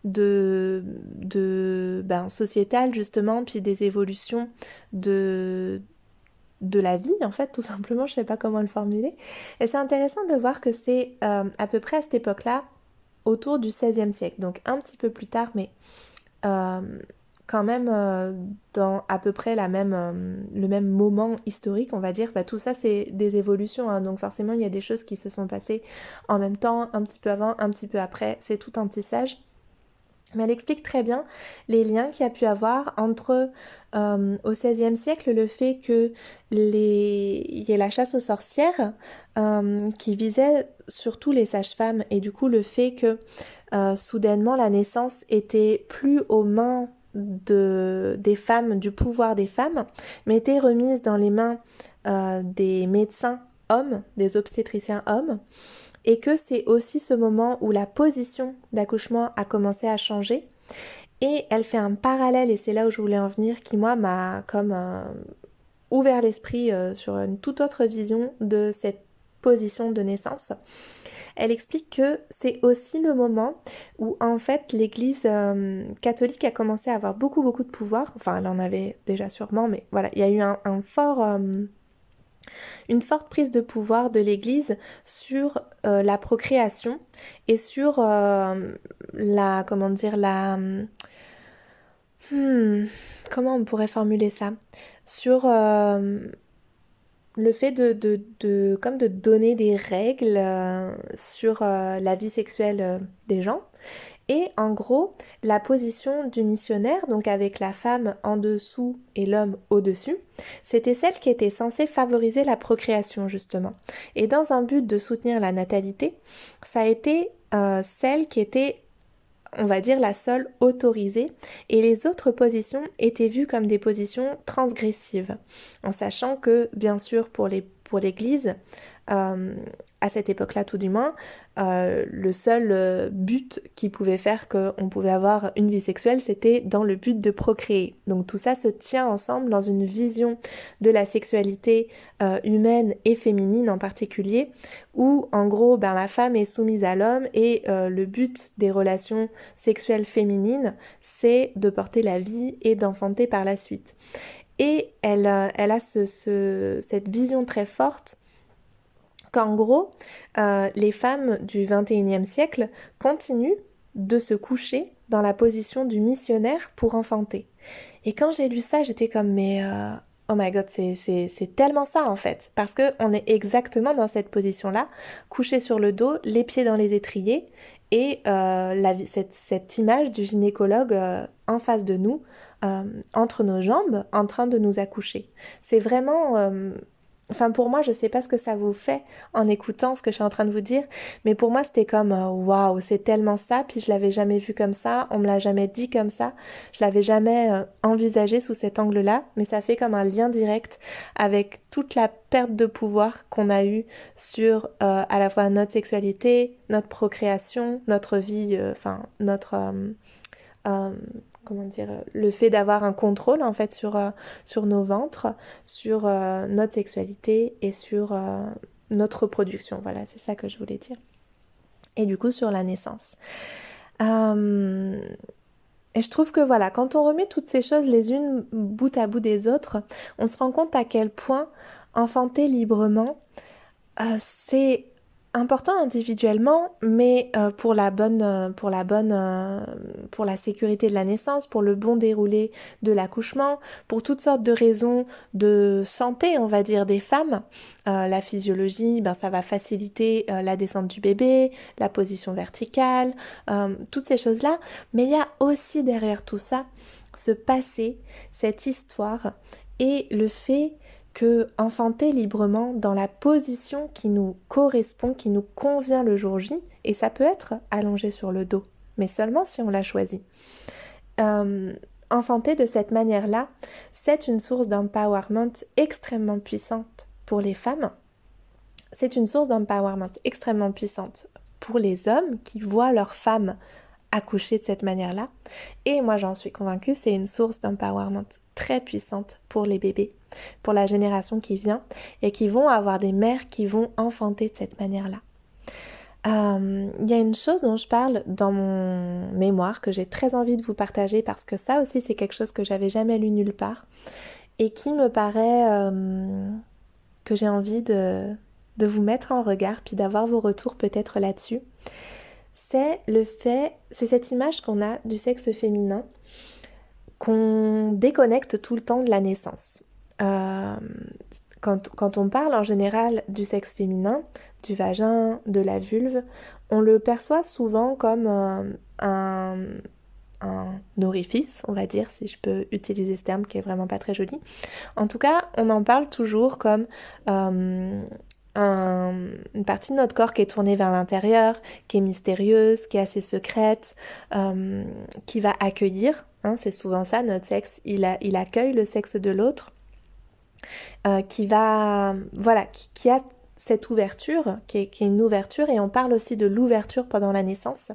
sociétales justement, puis des évolutions de la vie en fait, tout simplement, je ne sais pas comment le formuler. Et c'est intéressant de voir que c'est à peu près à cette époque-là, autour du XVIe siècle, donc un petit peu plus tard, mais quand même dans à peu près le même moment historique, on va dire, tout ça c'est des évolutions, hein, donc forcément il y a des choses qui se sont passées en même temps, un petit peu avant, un petit peu après, c'est tout un tissage. Mais elle explique très bien les liens qu'il y a pu avoir entre, au XVIe siècle, le fait que il y ait la chasse aux sorcières qui visait surtout les sages-femmes, et du coup le fait que soudainement la naissance était plus aux mains des femmes, du pouvoir des femmes, mais était remise dans les mains des médecins hommes, des obstétriciens hommes, et que c'est aussi ce moment où la position d'accouchement a commencé à changer. Et elle fait un parallèle, et c'est là où je voulais en venir, qui moi m'a comme ouvert l'esprit sur une toute autre vision de cette position de naissance. Elle explique que c'est aussi le moment où en fait l'Église catholique a commencé à avoir beaucoup de pouvoir, enfin elle en avait déjà sûrement, mais voilà, il y a eu une forte prise de pouvoir de l'Église sur la procréation et sur comment on pourrait formuler ça? Sur le fait de donner des règles sur la vie sexuelle des gens. Et en gros, la position du missionnaire, donc avec la femme en dessous et l'homme au-dessus, c'était celle qui était censée favoriser la procréation justement. Et dans un but de soutenir la natalité, ça a été celle qui était, on va dire, la seule autorisée, et les autres positions étaient vues comme des positions transgressives, en sachant que, bien sûr, pour l'Église, à cette époque-là tout du moins, le seul but qui pouvait faire qu'on pouvait avoir une vie sexuelle, c'était dans le but de procréer. Donc tout ça se tient ensemble dans une vision de la sexualité humaine et féminine en particulier, où en gros la femme est soumise à l'homme, et le but des relations sexuelles féminines, c'est de porter la vie et d'enfanter par la suite. Et elle a cette vision très forte qu'en gros, les femmes du XXIe siècle continuent de se coucher dans la position du missionnaire pour enfanter. Et quand j'ai lu ça, j'étais comme, mais oh my god, c'est tellement ça en fait, parce qu'on est exactement dans cette position-là, couché sur le dos, les pieds dans les étriers, et cette image du gynécologue en face de nous, entre nos jambes en train de nous accoucher. C'est vraiment... pour moi, je sais pas ce que ça vous fait en écoutant ce que je suis en train de vous dire, mais pour moi, c'était comme waouh, c'est tellement ça, puis je l'avais jamais vu comme ça, on me l'a jamais dit comme ça, je l'avais jamais envisagé sous cet angle-là, mais ça fait comme un lien direct avec toute la perte de pouvoir qu'on a eue sur à la fois notre sexualité, notre procréation, notre vie, euh, comment dire, le fait d'avoir un contrôle en fait sur nos ventres, sur notre sexualité et sur notre reproduction. Voilà, c'est ça que je voulais dire. Et du coup sur la naissance. Et je trouve que voilà, quand on remet toutes ces choses les unes bout à bout des autres, on se rend compte à quel point enfanter librement, c'est important individuellement, mais pour la sécurité de la naissance, pour le bon déroulé de l'accouchement, pour toutes sortes de raisons de santé, on va dire, des femmes. La physiologie, ça va faciliter la descente du bébé, la position verticale, toutes ces choses-là. Mais il y a aussi derrière tout ça ce passé, cette histoire et le fait que enfanter librement dans la position qui nous correspond, qui nous convient le jour J, et ça peut être allongé sur le dos, mais seulement si on l'a choisi. Enfanter de cette manière-là, c'est une source d'empowerment extrêmement puissante pour les femmes. C'est une source d'empowerment extrêmement puissante pour les hommes qui voient leurs femmes accoucher de cette manière-là. Et moi, j'en suis convaincue, c'est une source d'empowerment très puissante pour les bébés, pour la génération qui vient, et qui vont avoir des mères qui vont enfanter de cette manière-là. Il y a une chose dont je parle dans mon mémoire que j'ai très envie de vous partager parce que ça aussi c'est quelque chose que j'avais jamais lu nulle part et qui me paraît que j'ai envie de vous mettre en regard puis d'avoir vos retours peut-être là-dessus. C'est cette image qu'on a du sexe féminin qu'on déconnecte tout le temps de la naissance. Quand on parle en général du sexe féminin, du vagin, de la vulve, on le perçoit souvent comme un orifice, on va dire, si je peux utiliser ce terme qui est vraiment pas très joli. En tout cas, on en parle toujours comme une partie de notre corps qui est tournée vers l'intérieur, qui est mystérieuse, qui est assez secrète, qui va accueillir, c'est souvent ça, notre sexe, il accueille le sexe de l'autre, qui a cette ouverture, qui est une ouverture, et on parle aussi de l'ouverture pendant la naissance.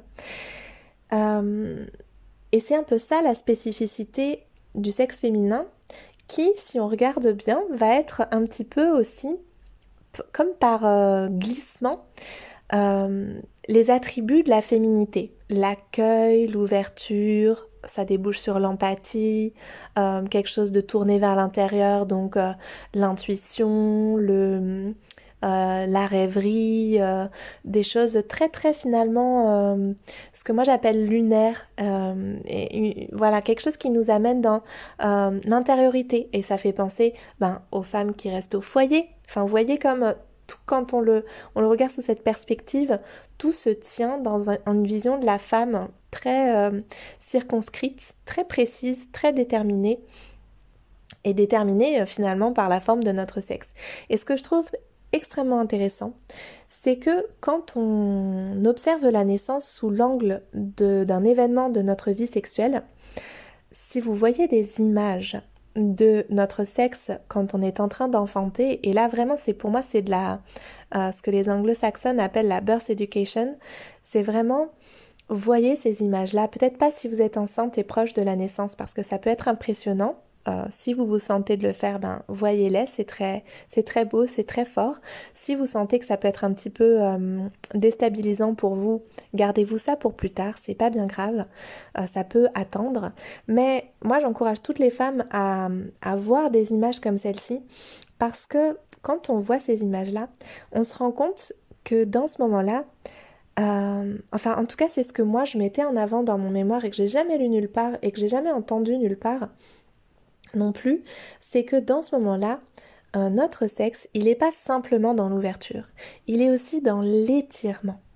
Et c'est un peu ça la spécificité du sexe féminin, qui, si on regarde bien, va être un petit peu aussi, comme par glissement, les attributs de la féminité. L'accueil, l'ouverture, ça débouche sur l'empathie, quelque chose de tourné vers l'intérieur, donc l'intuition, la rêverie, des choses très très finalement, ce que moi j'appelle lunaire, voilà, quelque chose qui nous amène dans l'intériorité, et ça fait penser aux femmes qui restent au foyer. Enfin, vous voyez comme tout, quand on le regarde sous cette perspective, tout se tient dans une vision de la femme très circonscrite, très précise, très déterminée, et déterminée finalement par la forme de notre sexe. Et ce que je trouve extrêmement intéressant, c'est que quand on observe la naissance sous l'angle d'un événement de notre vie sexuelle, si vous voyez des images de notre sexe quand on est en train d'enfanter, et là vraiment pour moi c'est de ce que les anglo-saxons appellent la birth education, c'est vraiment, voyez ces images-là, peut-être pas si vous êtes enceinte et proche de la naissance parce que ça peut être impressionnant. Si vous vous sentez de le faire, voyez-les, c'est très beau, c'est très fort. Si vous sentez que ça peut être un petit peu déstabilisant pour vous, gardez-vous ça pour plus tard, c'est pas bien grave, ça peut attendre. Mais moi j'encourage toutes les femmes à voir des images comme celle-ci, parce que quand on voit ces images-là, on se rend compte que dans ce moment-là, en tout cas c'est ce que moi je mettais en avant dans mon mémoire et que j'ai jamais lu nulle part et que j'ai jamais entendu nulle part non plus, c'est que dans ce moment-là, notre sexe, il n'est pas simplement dans l'ouverture, il est aussi dans l'étirement.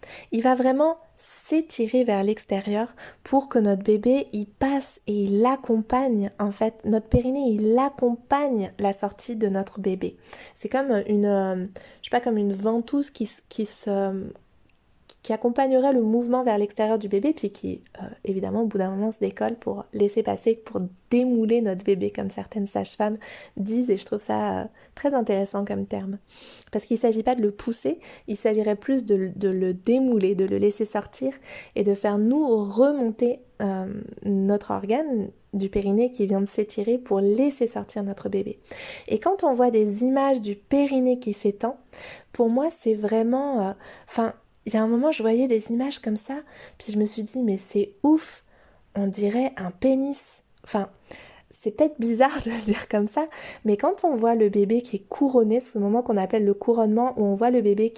il va vraiment s'étirer vers l'extérieur pour que notre bébé il passe et il accompagne, en fait, notre périnée, il accompagne la sortie de notre bébé. C'est comme comme une ventouse qui accompagnerait le mouvement vers l'extérieur du bébé, puis qui, évidemment, au bout d'un moment, se décolle pour laisser passer, pour démouler notre bébé, comme certaines sages-femmes disent, et je trouve ça très intéressant comme terme. Parce qu'il ne s'agit pas de le pousser, il s'agirait plus de le démouler, de le laisser sortir, et de faire nous remonter notre organe du périnée qui vient de s'étirer pour laisser sortir notre bébé. Et quand on voit des images du périnée qui s'étend, pour moi, c'est vraiment... il y a un moment, je voyais des images comme ça, puis je me suis dit, mais c'est ouf, on dirait un pénis. C'est peut-être bizarre de le dire comme ça, mais quand on voit le bébé qui est couronné, ce moment qu'on appelle le couronnement, où on voit le bébé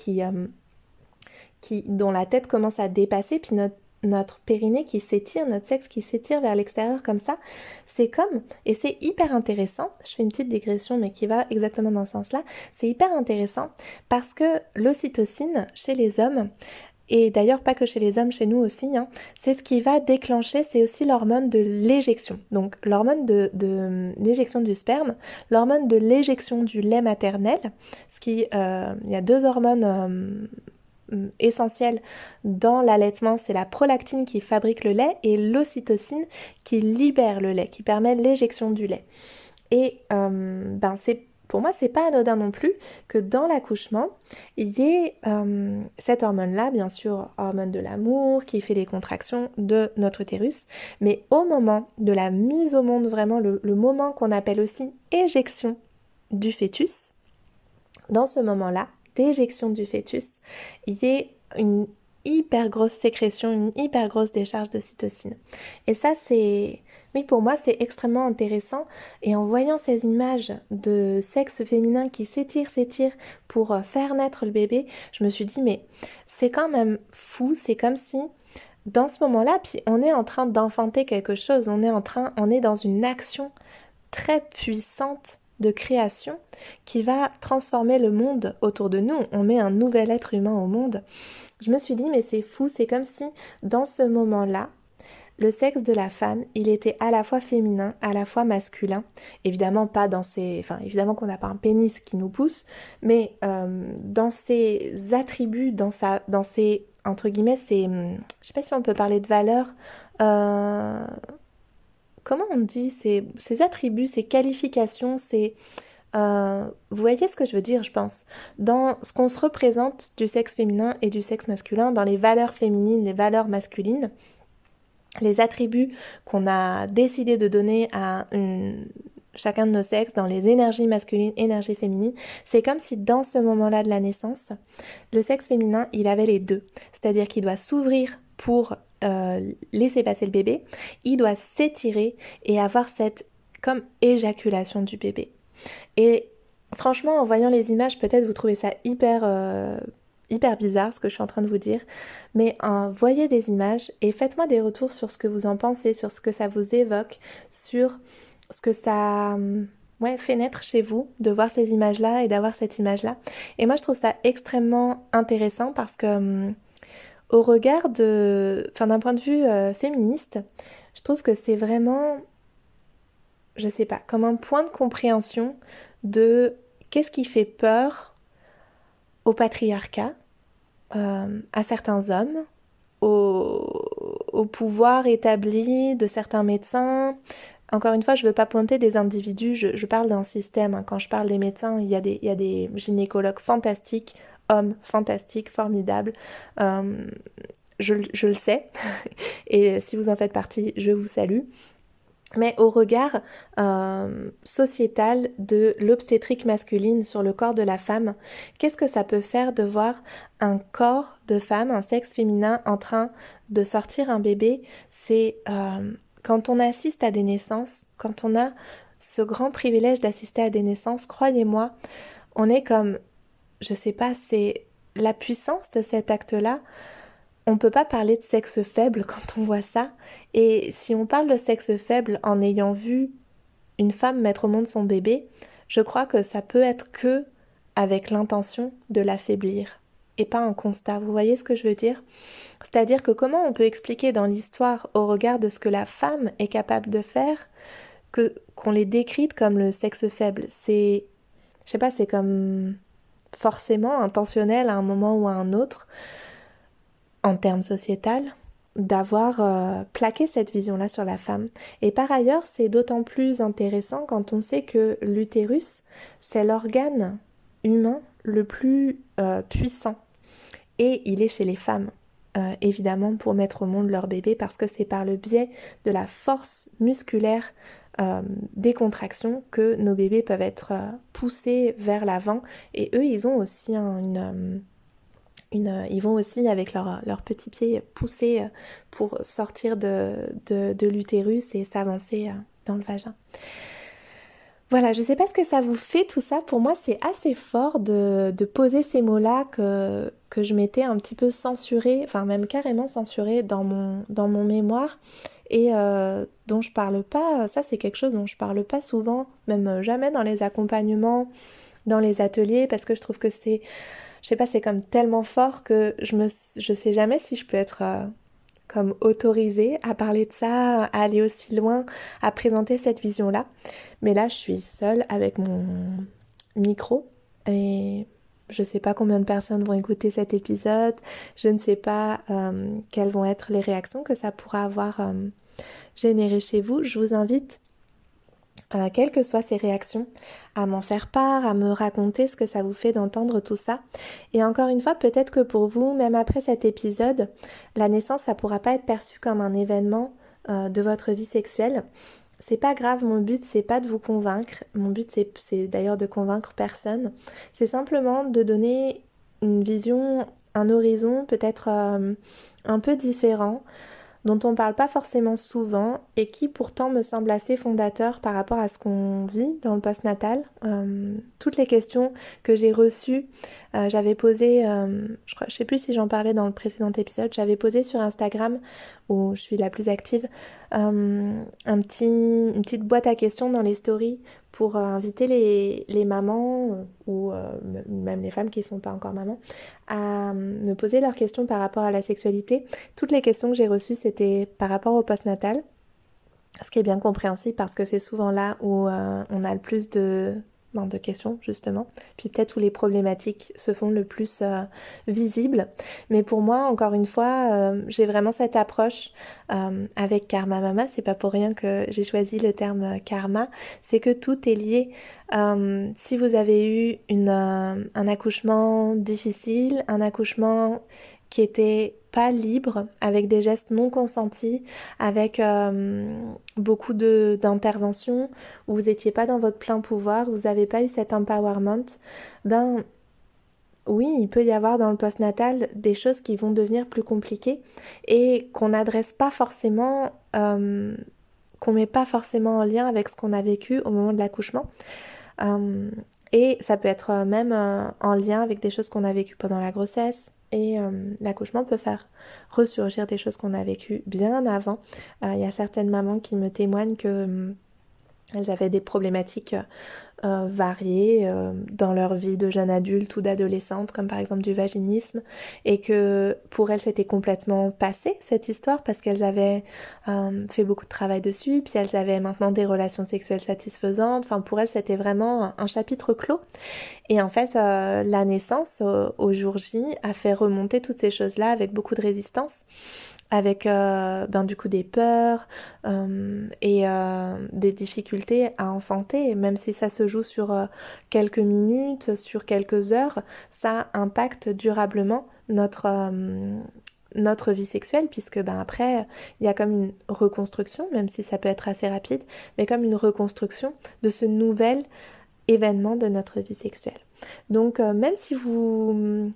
dont la tête commence à dépasser, puis notre périnée qui s'étire, notre sexe qui s'étire vers l'extérieur comme ça, et c'est hyper intéressant, je fais une petite digression mais qui va exactement dans ce sens-là, c'est hyper intéressant parce que l'ocytocine chez les hommes, et d'ailleurs pas que chez les hommes, chez nous aussi, c'est ce qui va déclencher, c'est aussi l'hormone de l'éjection, donc l'hormone de l'éjection du sperme, l'hormone de l'éjection du lait maternel, il y a deux hormones essentiel dans l'allaitement, c'est la prolactine qui fabrique le lait et l'ocytocine qui libère le lait, qui permet l'éjection du lait. Et pour moi, c'est pas anodin non plus que dans l'accouchement, il y ait cette hormone-là, bien sûr, hormone de l'amour, qui fait les contractions de notre utérus, mais au moment de la mise au monde, vraiment le moment qu'on appelle aussi éjection du fœtus, dans ce moment-là, d'éjection du fœtus, il y ait une hyper grosse sécrétion, une hyper grosse décharge d'ocytocine. Et ça, pour moi, c'est extrêmement intéressant. Et en voyant ces images de sexe féminin qui s'étire pour faire naître le bébé, je me suis dit, mais c'est quand même fou, c'est comme si dans ce moment-là, puis on est en train d'enfanter quelque chose, on est dans une action très puissante de création qui va transformer le monde autour de nous. On met un nouvel être humain au monde. Je me suis dit, mais c'est fou, c'est comme si dans ce moment-là, le sexe de la femme, il était à la fois féminin, à la fois masculin. Évidemment pas évidemment qu'on n'a pas un pénis qui nous pousse, mais dans ses attributs, dans ses, entre guillemets, je sais pas si on peut parler de valeurs, comment on dit, ces attributs, ces qualifications, vous voyez ce que je veux dire, je pense, dans ce qu'on se représente du sexe féminin et du sexe masculin, dans les valeurs féminines, les valeurs masculines, les attributs qu'on a décidé de donner à chacun de nos sexes, dans les énergies masculines, énergies féminines, c'est comme si dans ce moment-là de la naissance, le sexe féminin, il avait les deux, c'est-à-dire qu'il doit s'ouvrir pour laisser passer le bébé, il doit s'étirer et avoir cette comme éjaculation du bébé. Et franchement, en voyant les images, peut-être vous trouvez ça hyper bizarre ce que je suis en train de vous dire, mais voyez des images et faites-moi des retours sur ce que vous en pensez, sur ce que ça vous évoque, sur ce que ça fait naître chez vous de voir ces images-là et d'avoir cette image-là. Et moi, je trouve ça extrêmement intéressant parce que au regard d'un point de vue féministe, je trouve que c'est vraiment, je sais pas, comme un point de compréhension de qu'est-ce qui fait peur au patriarcat, à certains hommes, au pouvoir établi de certains médecins. Encore une fois, je ne veux pas pointer des individus, je parle d'un système. Quand je parle des médecins, il y a des gynécologues fantastiques, hommes fantastiques, formidables. Je le sais, et si vous en faites partie, je vous salue. Mais au regard sociétal de l'obstétrique masculine sur le corps de la femme, qu'est-ce que ça peut faire de voir un corps de femme, un sexe féminin en train de sortir un bébé? C'est quand on assiste à des naissances, quand on a ce grand privilège d'assister à des naissances, croyez-moi, on est comme, je sais pas, c'est la puissance de cet acte-là. On ne peut pas parler de sexe faible quand on voit ça. Et si on parle de sexe faible en ayant vu une femme mettre au monde son bébé, je crois que ça peut être que avec l'intention de l'affaiblir. et pas un constat. Vous voyez ce que je veux dire? C'est-à-dire que comment on peut expliquer dans l'histoire au regard de ce que la femme est capable de faire qu'on les décrite comme le sexe faible. C'est, je sais pas, c'est comme forcément intentionnel à un moment ou à un autre, en termes sociétal, d'avoir plaqué cette vision-là sur la femme. Et par ailleurs, c'est d'autant plus intéressant quand on sait que l'utérus, c'est l'organe humain le plus puissant. Et il est chez les femmes. Évidemment pour mettre au monde leur bébé parce que c'est par le biais de la force musculaire des contractions que nos bébés peuvent être poussés vers l'avant et eux ils ont aussi ils vont aussi avec leurs petits pieds pousser pour sortir de l'utérus et s'avancer dans le vagin. Voilà, je sais pas ce que ça vous fait tout ça. Pour moi, c'est assez fort de poser ces mots-là que je m'étais un petit peu censurée, enfin même carrément censurée dans mon mémoire et dont je parle pas. Ça, c'est quelque chose dont je parle pas souvent, même jamais dans les accompagnements, dans les ateliers, parce que je trouve que c'est, je sais pas, c'est comme tellement fort que je sais jamais si je peux être comme autorisée à parler de ça, à aller aussi loin, à présenter cette vision-là. Mais là, je suis seule avec mon micro et je ne sais pas combien de personnes vont écouter cet épisode. Je ne sais pas quelles vont être les réactions que ça pourra avoir généré chez vous. Je vous invite, quelles que soient ces réactions, à m'en faire part, à me raconter ce que ça vous fait d'entendre tout ça. Et encore une fois, peut-être que pour vous, même après cet épisode, la naissance, ça pourra pas être perçu comme un événement de votre vie sexuelle. C'est pas grave, mon but c'est pas de vous convaincre, mon but c'est d'ailleurs de convaincre personne, c'est simplement de donner une vision, un horizon peut-être un peu différent, dont on parle pas forcément souvent et qui pourtant me semble assez fondateur par rapport à ce qu'on vit dans le postnatal. Toutes les questions que j'ai reçues, j'avais posé, je sais plus si j'en parlais dans le précédent épisode, j'avais posé sur Instagram, où je suis la plus active, une petite boîte à questions dans les stories pour inviter les mamans ou même les femmes qui ne sont pas encore mamans à me poser leurs questions par rapport à la sexualité. Toutes les questions que j'ai reçues, c'était par rapport au postnatal, ce qui est bien compréhensible parce que c'est souvent là où on a le plus de questions justement, puis peut-être où les problématiques se font le plus visibles. Mais pour moi, encore une fois, j'ai vraiment cette approche avec Karma Mama. C'est pas pour rien que j'ai choisi le terme karma, c'est que tout est lié. Si vous avez eu un accouchement difficile, un accouchement qui était pas libre, avec des gestes non consentis, avec beaucoup d'interventions, où vous n'étiez pas dans votre plein pouvoir, vous n'avez pas eu cet empowerment, ben oui, il peut y avoir dans le postnatal des choses qui vont devenir plus compliquées et qu'on n'adresse pas forcément, qu'on met pas forcément en lien avec ce qu'on a vécu au moment de l'accouchement. Et ça peut être même en lien avec des choses qu'on a vécues pendant la grossesse. Et l'accouchement peut faire ressurgir des choses qu'on a vécues bien avant. Il y a certaines mamans qui me témoignent que elles avaient des problématiques variées dans leur vie de jeune adulte ou d'adolescente, comme par exemple du vaginisme, et que pour elles c'était complètement passé cette histoire parce qu'elles avaient fait beaucoup de travail dessus, puis elles avaient maintenant des relations sexuelles satisfaisantes, enfin pour elles c'était vraiment un chapitre clos. Et en fait la naissance au jour J a fait remonter toutes ces choses-là avec beaucoup de résistance, avec du coup des peurs et des difficultés à enfanter, même si ça se joue sur quelques minutes, sur quelques heures, ça impacte durablement notre vie sexuelle, puisque après il y a comme une reconstruction, même si ça peut être assez rapide, mais comme une reconstruction de ce nouvel événement de notre vie sexuelle. Donc même si vous,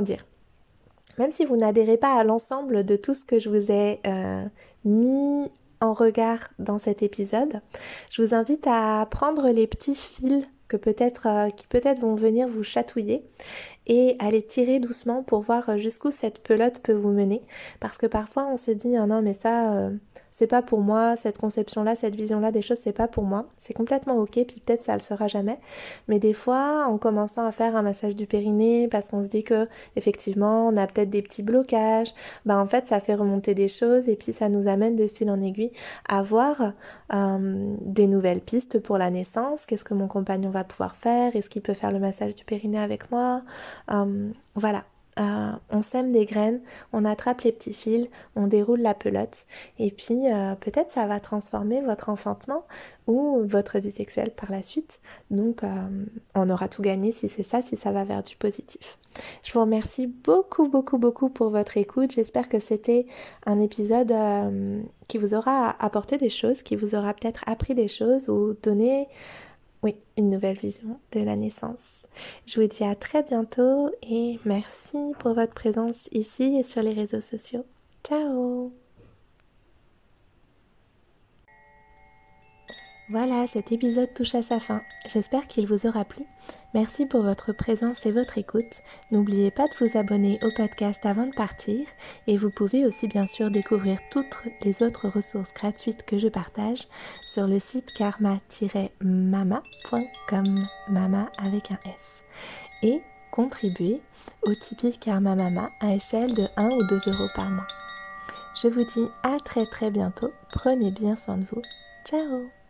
même si vous n'adhérez pas à l'ensemble de tout ce que je vous ai mis en regard dans cet épisode, je vous invite à prendre les petits fils qui peut-être vont venir vous chatouiller et aller tirer doucement pour voir jusqu'où cette pelote peut vous mener. Parce que parfois on se dit non mais ça c'est pas pour moi, cette conception-là, cette vision-là des choses c'est pas pour moi. C'est complètement ok, puis peut-être ça le sera jamais. Mais des fois en commençant à faire un massage du périnée parce qu'on se dit que effectivement on a peut-être des petits blocages, en fait ça fait remonter des choses et puis ça nous amène de fil en aiguille à voir des nouvelles pistes pour la naissance. Qu'est-ce que mon compagnon va pouvoir faire? Est-ce qu'il peut faire le massage du périnée avec moi? Voilà. On sème des graines, on attrape les petits fils, on déroule la pelote et puis peut-être ça va transformer votre enfantement ou votre vie sexuelle par la suite. Donc on aura tout gagné si c'est ça, si ça va vers du positif. Je vous remercie beaucoup pour votre écoute. J'espère que c'était un épisode qui vous aura apporté des choses, qui vous aura peut-être appris des choses ou donné une nouvelle vision de la naissance. Je vous dis à très bientôt et merci pour votre présence ici et sur les réseaux sociaux. Ciao! Voilà, cet épisode touche à sa fin. J'espère qu'il vous aura plu. Merci pour votre présence et votre écoute. N'oubliez pas de vous abonner au podcast avant de partir et vous pouvez aussi bien sûr découvrir toutes les autres ressources gratuites que je partage sur le site karma-mama.com, mama avec un S, et contribuer au Tipeee Karma Mama à échelle de 1 ou 2 euros par mois. Je vous dis à très bientôt. Prenez bien soin de vous. Ciao!